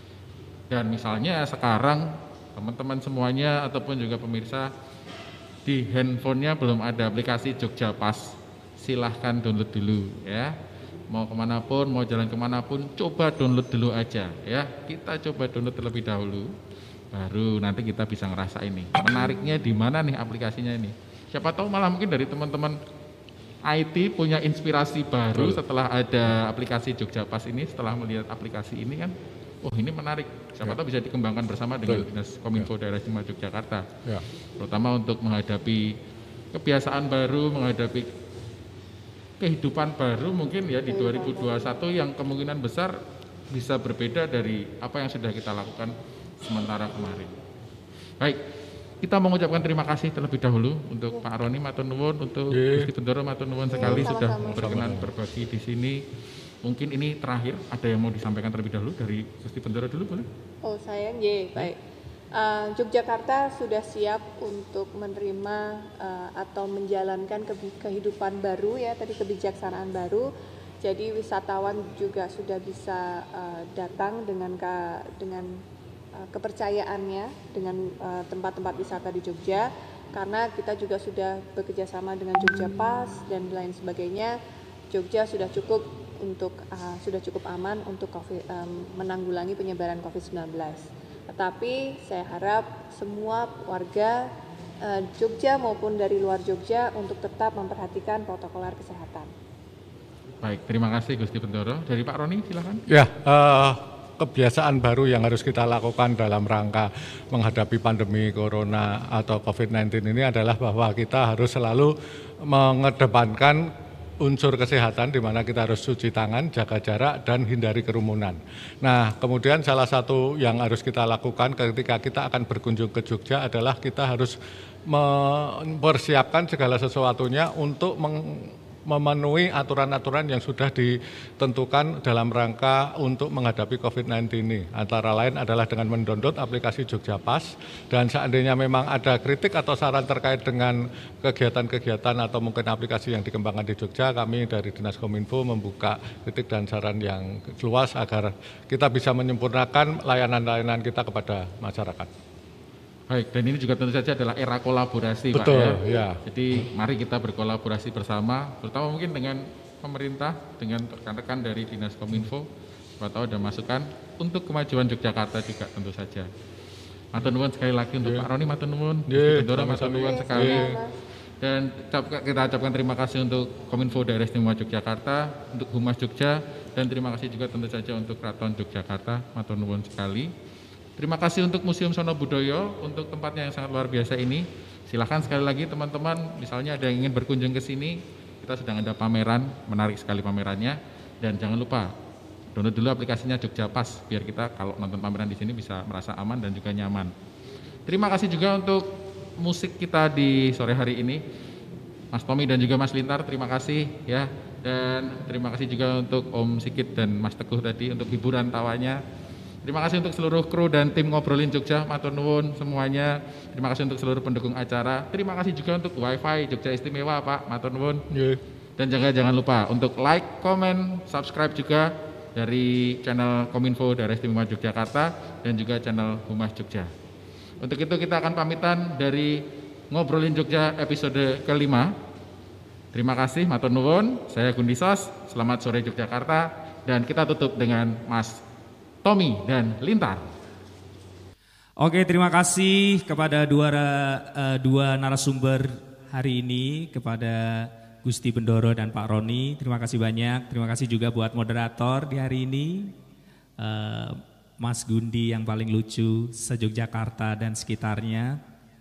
Dan misalnya sekarang teman-teman semuanya ataupun juga pemirsa di handphonenya belum ada aplikasi Jogja Pas, silahkan download dulu ya. Mau kemanapun, mau jalan kemanapun, coba download dulu aja ya. Kita coba download terlebih dahulu, baru nanti kita bisa ngerasa ini menariknya di mana nih aplikasinya ini. Siapa tahu malah mungkin dari teman-teman I T punya inspirasi baru setelah ada aplikasi Jogja Pas ini, setelah melihat aplikasi ini kan, oh ini menarik. Siapa ya. tahu bisa dikembangkan bersama dengan Dinas Kominfo ya. Daerah Istimewa Yogyakarta. Ya. Terutama untuk menghadapi kebiasaan baru, menghadapi kehidupan baru mungkin ya di dua ribu dua puluh satu yang kemungkinan besar bisa berbeda dari apa yang sudah kita lakukan sementara kemarin. Baik, kita mengucapkan terima kasih terlebih dahulu untuk yeah. Pak Roni matur nuwun, untuk yeah. Gusti Bendoro matur nuwun yeah, sekali sama-sama. Sudah berkenan berbagi di sini. Mungkin ini terakhir, ada yang mau disampaikan terlebih dahulu dari Gusti Bendoro dulu boleh? Oh sayang, ye, baik. Uh, Yogyakarta sudah siap untuk menerima uh, atau menjalankan ke- kehidupan baru ya, tadi kebijaksanaan baru. Jadi wisatawan juga sudah bisa uh, datang dengan ka- dengan uh, kepercayaannya dengan uh, tempat-tempat wisata di Jogja, karena kita juga sudah bekerjasama dengan Jogja Pas dan lain sebagainya. Jogja sudah cukup untuk uh, sudah cukup aman untuk COVID, um, menanggulangi penyebaran covid sembilan belas. Tetapi saya harap semua warga uh, Jogja maupun dari luar Jogja untuk tetap memperhatikan protokol kesehatan. Baik, terima kasih Gusti Bendoro. Dari Pak Roni silakan. Ya, uh, kebiasaan baru yang harus kita lakukan dalam rangka menghadapi pandemi corona atau covid sembilan belas ini adalah bahwa kita harus selalu mengedepankan unsur kesehatan di mana kita harus cuci tangan, jaga jarak, dan hindari kerumunan. Nah, kemudian salah satu yang harus kita lakukan ketika kita akan berkunjung ke Jogja adalah kita harus mempersiapkan segala sesuatunya untuk meng memenuhi aturan-aturan yang sudah ditentukan dalam rangka untuk menghadapi covid sembilan belas ini. Antara lain adalah dengan mendownload aplikasi Jogja Pas, dan seandainya memang ada kritik atau saran terkait dengan kegiatan-kegiatan atau mungkin aplikasi yang dikembangkan di Jogja, kami dari Dinas Kominfo membuka kritik dan saran yang luas agar kita bisa menyempurnakan layanan-layanan kita kepada masyarakat. Baik, dan ini juga tentu saja adalah era kolaborasi, Betul, Pak ya. ya. Jadi mari kita berkolaborasi bersama, terutama mungkin dengan pemerintah, dengan rekan-rekan dari Dinas Kominfo, siapa tahu ada masukan untuk kemajuan Yogyakarta juga tentu saja. Matur nuwun sekali lagi untuk yeah. Pak Roni, matur nuwun, yeah, Bendoro, matur nuwun sekali. Yeah. Dan kita ucapkan terima kasih untuk Kominfo Daerah Istimewa Yogyakarta, untuk Humas Jogja, dan terima kasih juga tentu saja untuk Keraton Yogyakarta, matur nuwun sekali. Terima kasih untuk Museum Sono Budoyo untuk tempatnya yang sangat luar biasa ini. Silahkan sekali lagi teman-teman, misalnya ada yang ingin berkunjung ke sini, kita sedang ada pameran, menarik sekali pamerannya. Dan jangan lupa download dulu aplikasinya Jogja Pas, biar kita kalau nonton pameran di sini bisa merasa aman dan juga nyaman. Terima kasih juga untuk musik kita di sore hari ini, Mas Tommy dan juga Mas Lintar, terima kasih ya. Dan terima kasih juga untuk Om Sikit dan Mas Teguh tadi untuk hiburan tawanya. Terima kasih untuk seluruh kru dan tim Ngobrolin Jogja, matur nuwun semuanya. Terima kasih untuk seluruh pendukung acara. Terima kasih juga untuk Wi-Fi Jogja Istimewa, Pak, matur nuwun. Yeah. Dan jangan jangan lupa untuk like, comment, subscribe juga dari channel Kominfo Daerah Istimewa Yogyakarta dan juga channel Humas Jogja. Untuk itu kita akan pamitan dari Ngobrolin Jogja episode kelima. Terima kasih, matur nuwun. Saya Gundi Sos. Selamat sore Yogyakarta, dan kita tutup dengan Mas Tommy dan Lintar. Oke, terima kasih kepada dua, uh, dua narasumber hari ini, kepada Gusti Bendoro dan Pak Roni. Terima kasih banyak. Terima kasih juga buat moderator di hari ini, uh, Mas Gundi yang paling lucu se-Yogyakarta dan sekitarnya.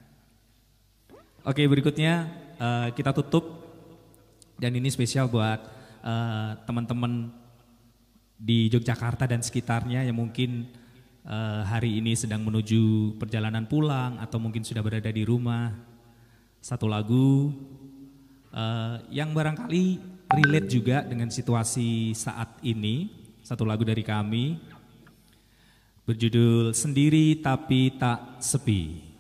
Oke, berikutnya uh, kita tutup, dan ini spesial buat uh, teman-teman di Yogyakarta dan sekitarnya yang mungkin uh, hari ini sedang menuju perjalanan pulang atau mungkin sudah berada di rumah. Satu lagu uh, yang barangkali relate juga dengan situasi saat ini. Satu lagu dari kami berjudul Sendiri Tapi Tak Sepi.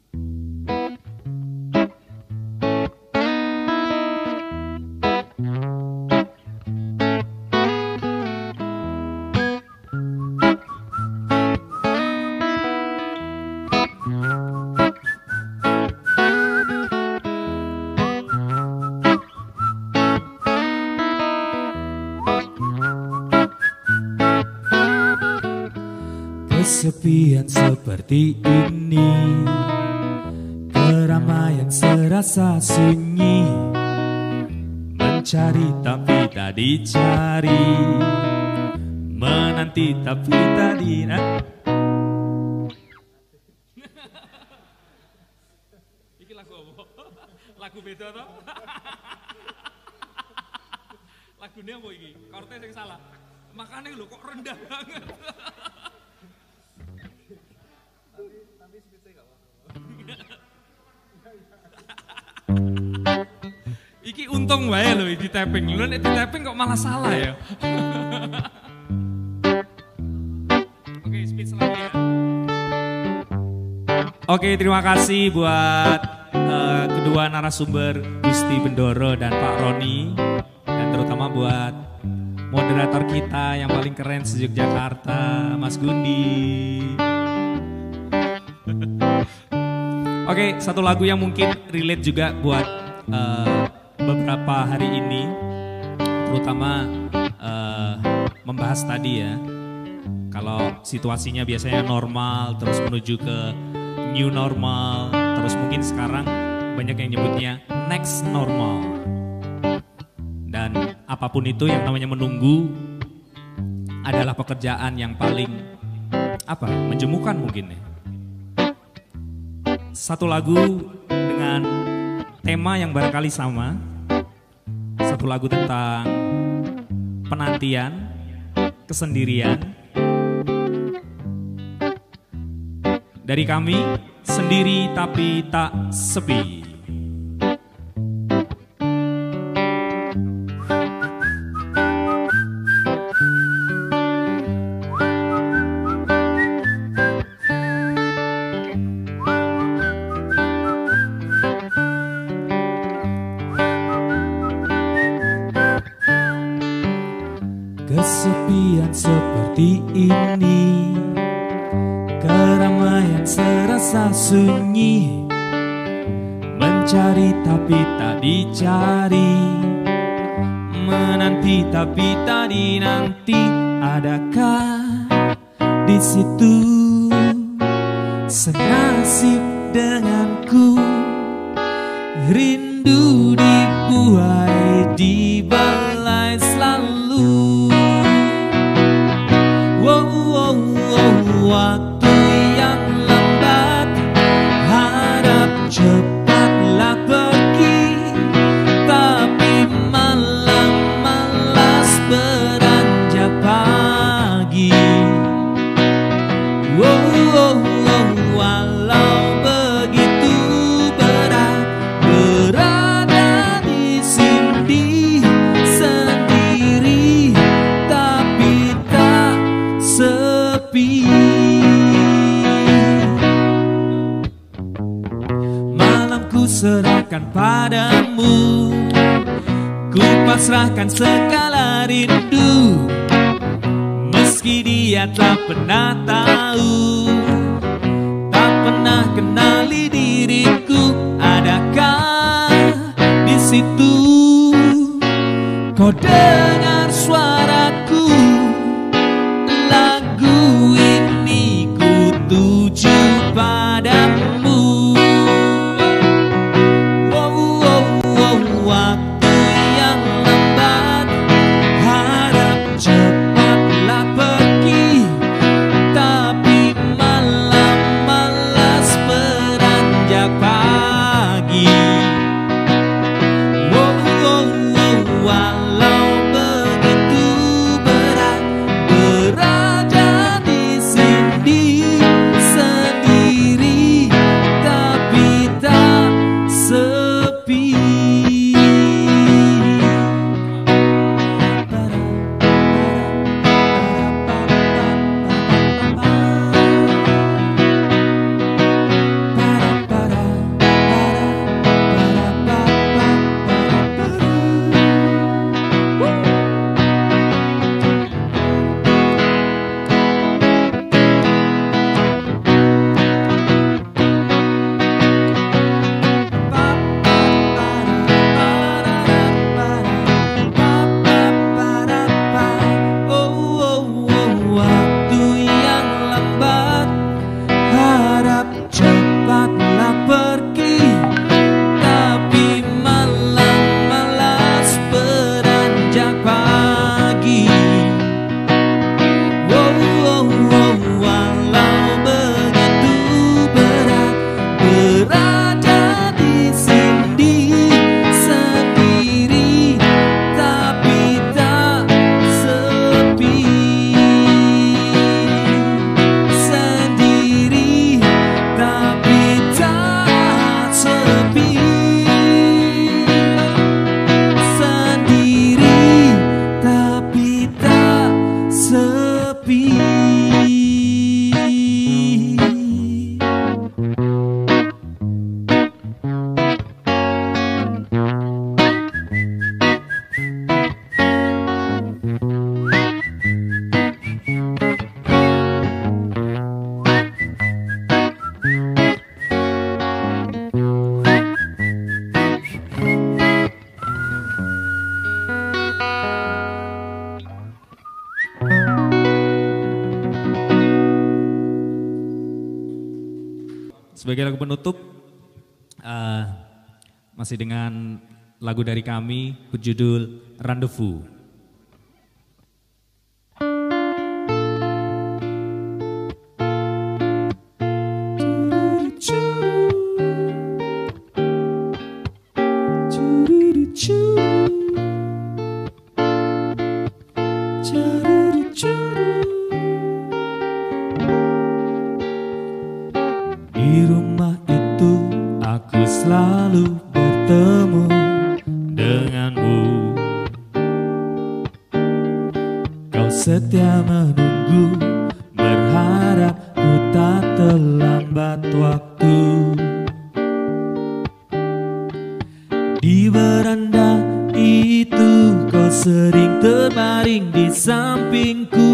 Kesepian seperti ini, keramaian serasa sunyi, mencari tapi tak dicari, menanti tapi tak dinanti. Iki lagu apa? Lagu beda toh? Lagunya apa iki? Korte yang salah. Makanya lho kok rendah banget. Iki untung wae lho di tapping. Lho nek di tapping kok malah salah ya. Oke, speed lagi ya. Oke, terima kasih buat uh, kedua narasumber Gusti Bendoro dan Pak Roni, dan terutama buat moderator kita yang paling keren se-Yogyakarta, Mas Gundi. Oke, satu lagu yang mungkin relate juga buat uh, beberapa hari ini, terutama uh, membahas tadi ya, kalau situasinya biasanya normal, terus menuju ke new normal, terus mungkin sekarang banyak yang nyebutnya next normal. Dan apapun itu yang namanya menunggu adalah pekerjaan yang paling apa, menjemukan mungkin ya. Satu lagu dengan tema yang barangkali sama, satu satu lagu tentang penantian, kesendirian. Dari kami, sendiri tapi tak sepi. Kesepian seperti ini, keramaian serasa sunyi, mencari tapi tak dicari, menanti tapi tak dinanti. Adakah di situ senasib denganku? Rindu dibuai, dibelai selalu. Waktu yang lambat, harap cepatlah pergi, tapi malam malas beranjak pagi. Wow, wow, wow, walau begitu berat berada di sini sendiri, tapi tak sepi. Malamku serahkan padamu, ku pasrahkan segala rindu, meski dia tak pernah tahu, tak pernah kenali diriku. Adakah di situ kau dengar suaraku? Lagu ini ku tuju padamu. Wow, wow, wow, waktu yang lambat, harap cepatlah pergi, tapi malam malas beranjak pagi. Wow, wow, wow, walau begitu berat berada di sini sendiri, tapi tak sepi. Waktu yang lambat, harap cepatlah pergi, tapi malam malas beranjak pagi. Wow, wow, wow, walau begitu berat berada di sini sendiri, tapi tak sepi. Sendiri tapi tak sepi. Sendiri tapi tak sepi. Sebagai lagu penutup, uh, masih dengan lagu dari kami berjudul Rendezvous. Choo. Di rumah itu aku selalu bertemu denganmu. Kau setia menunggu, berharap ku tak terlambat waktu. Di beranda itu kau sering terbaring di sampingku,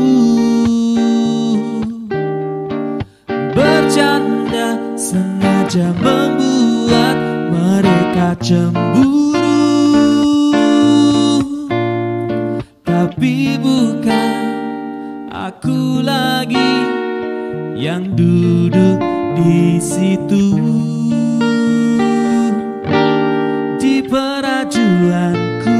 bercanda sengaja membuat mereka cemburu. Tapi bukan aku lagi yang duduk di situ, di perajuanku.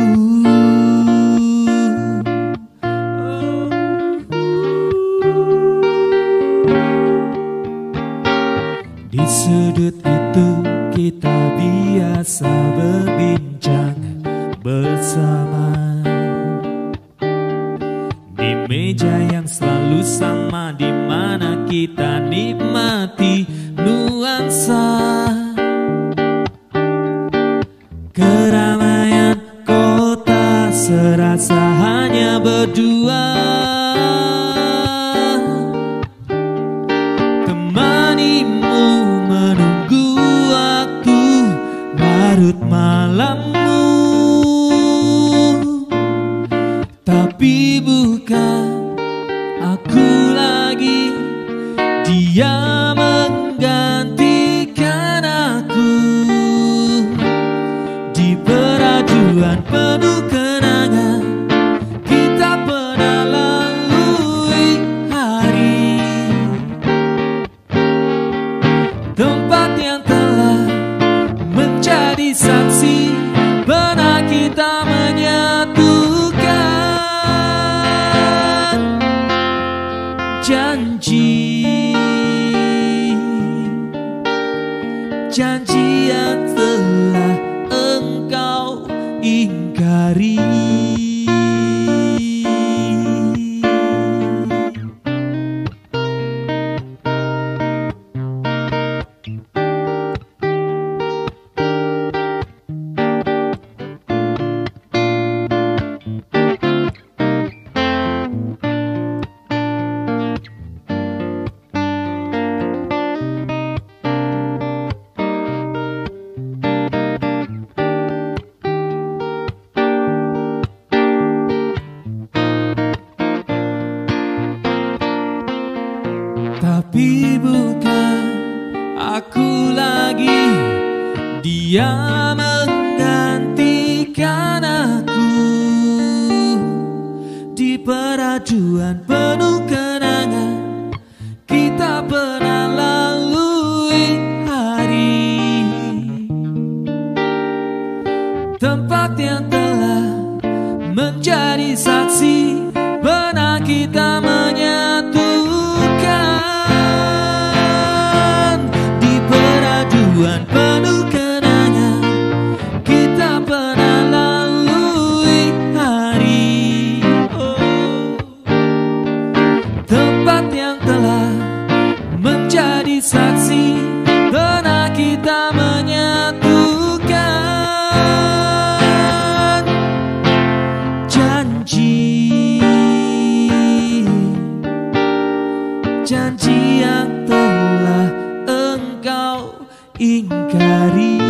Di sudut itu kita biasa berbincang bersama, di meja yang selalu sama, di mana kita nikmati nuansa. Keramaian kota serasa hanya berdua, temanimu menunggu waktu larut malammu. Tapi bukan aku lagi, dia menggantikan aku. Di peraduan penuh kenangan, kita pernah lalui hari, tempat yang telah menjadi saksi pernah kita menyatukan. Janji, janji yang telah engkau ingkari. Tapi bukan aku lagi, dia menggantikan aku. Di peraduan penuh kenangan, kita pernah lalui hari, tempat yang telah menjadi saksi pernah kita menyatukan. Penuh kenangan, kita pernah lalui hari, oh, tempat yang telah menjadi saksi pernah kita menyatukan. Janji, janji yang telah engkau ingkari.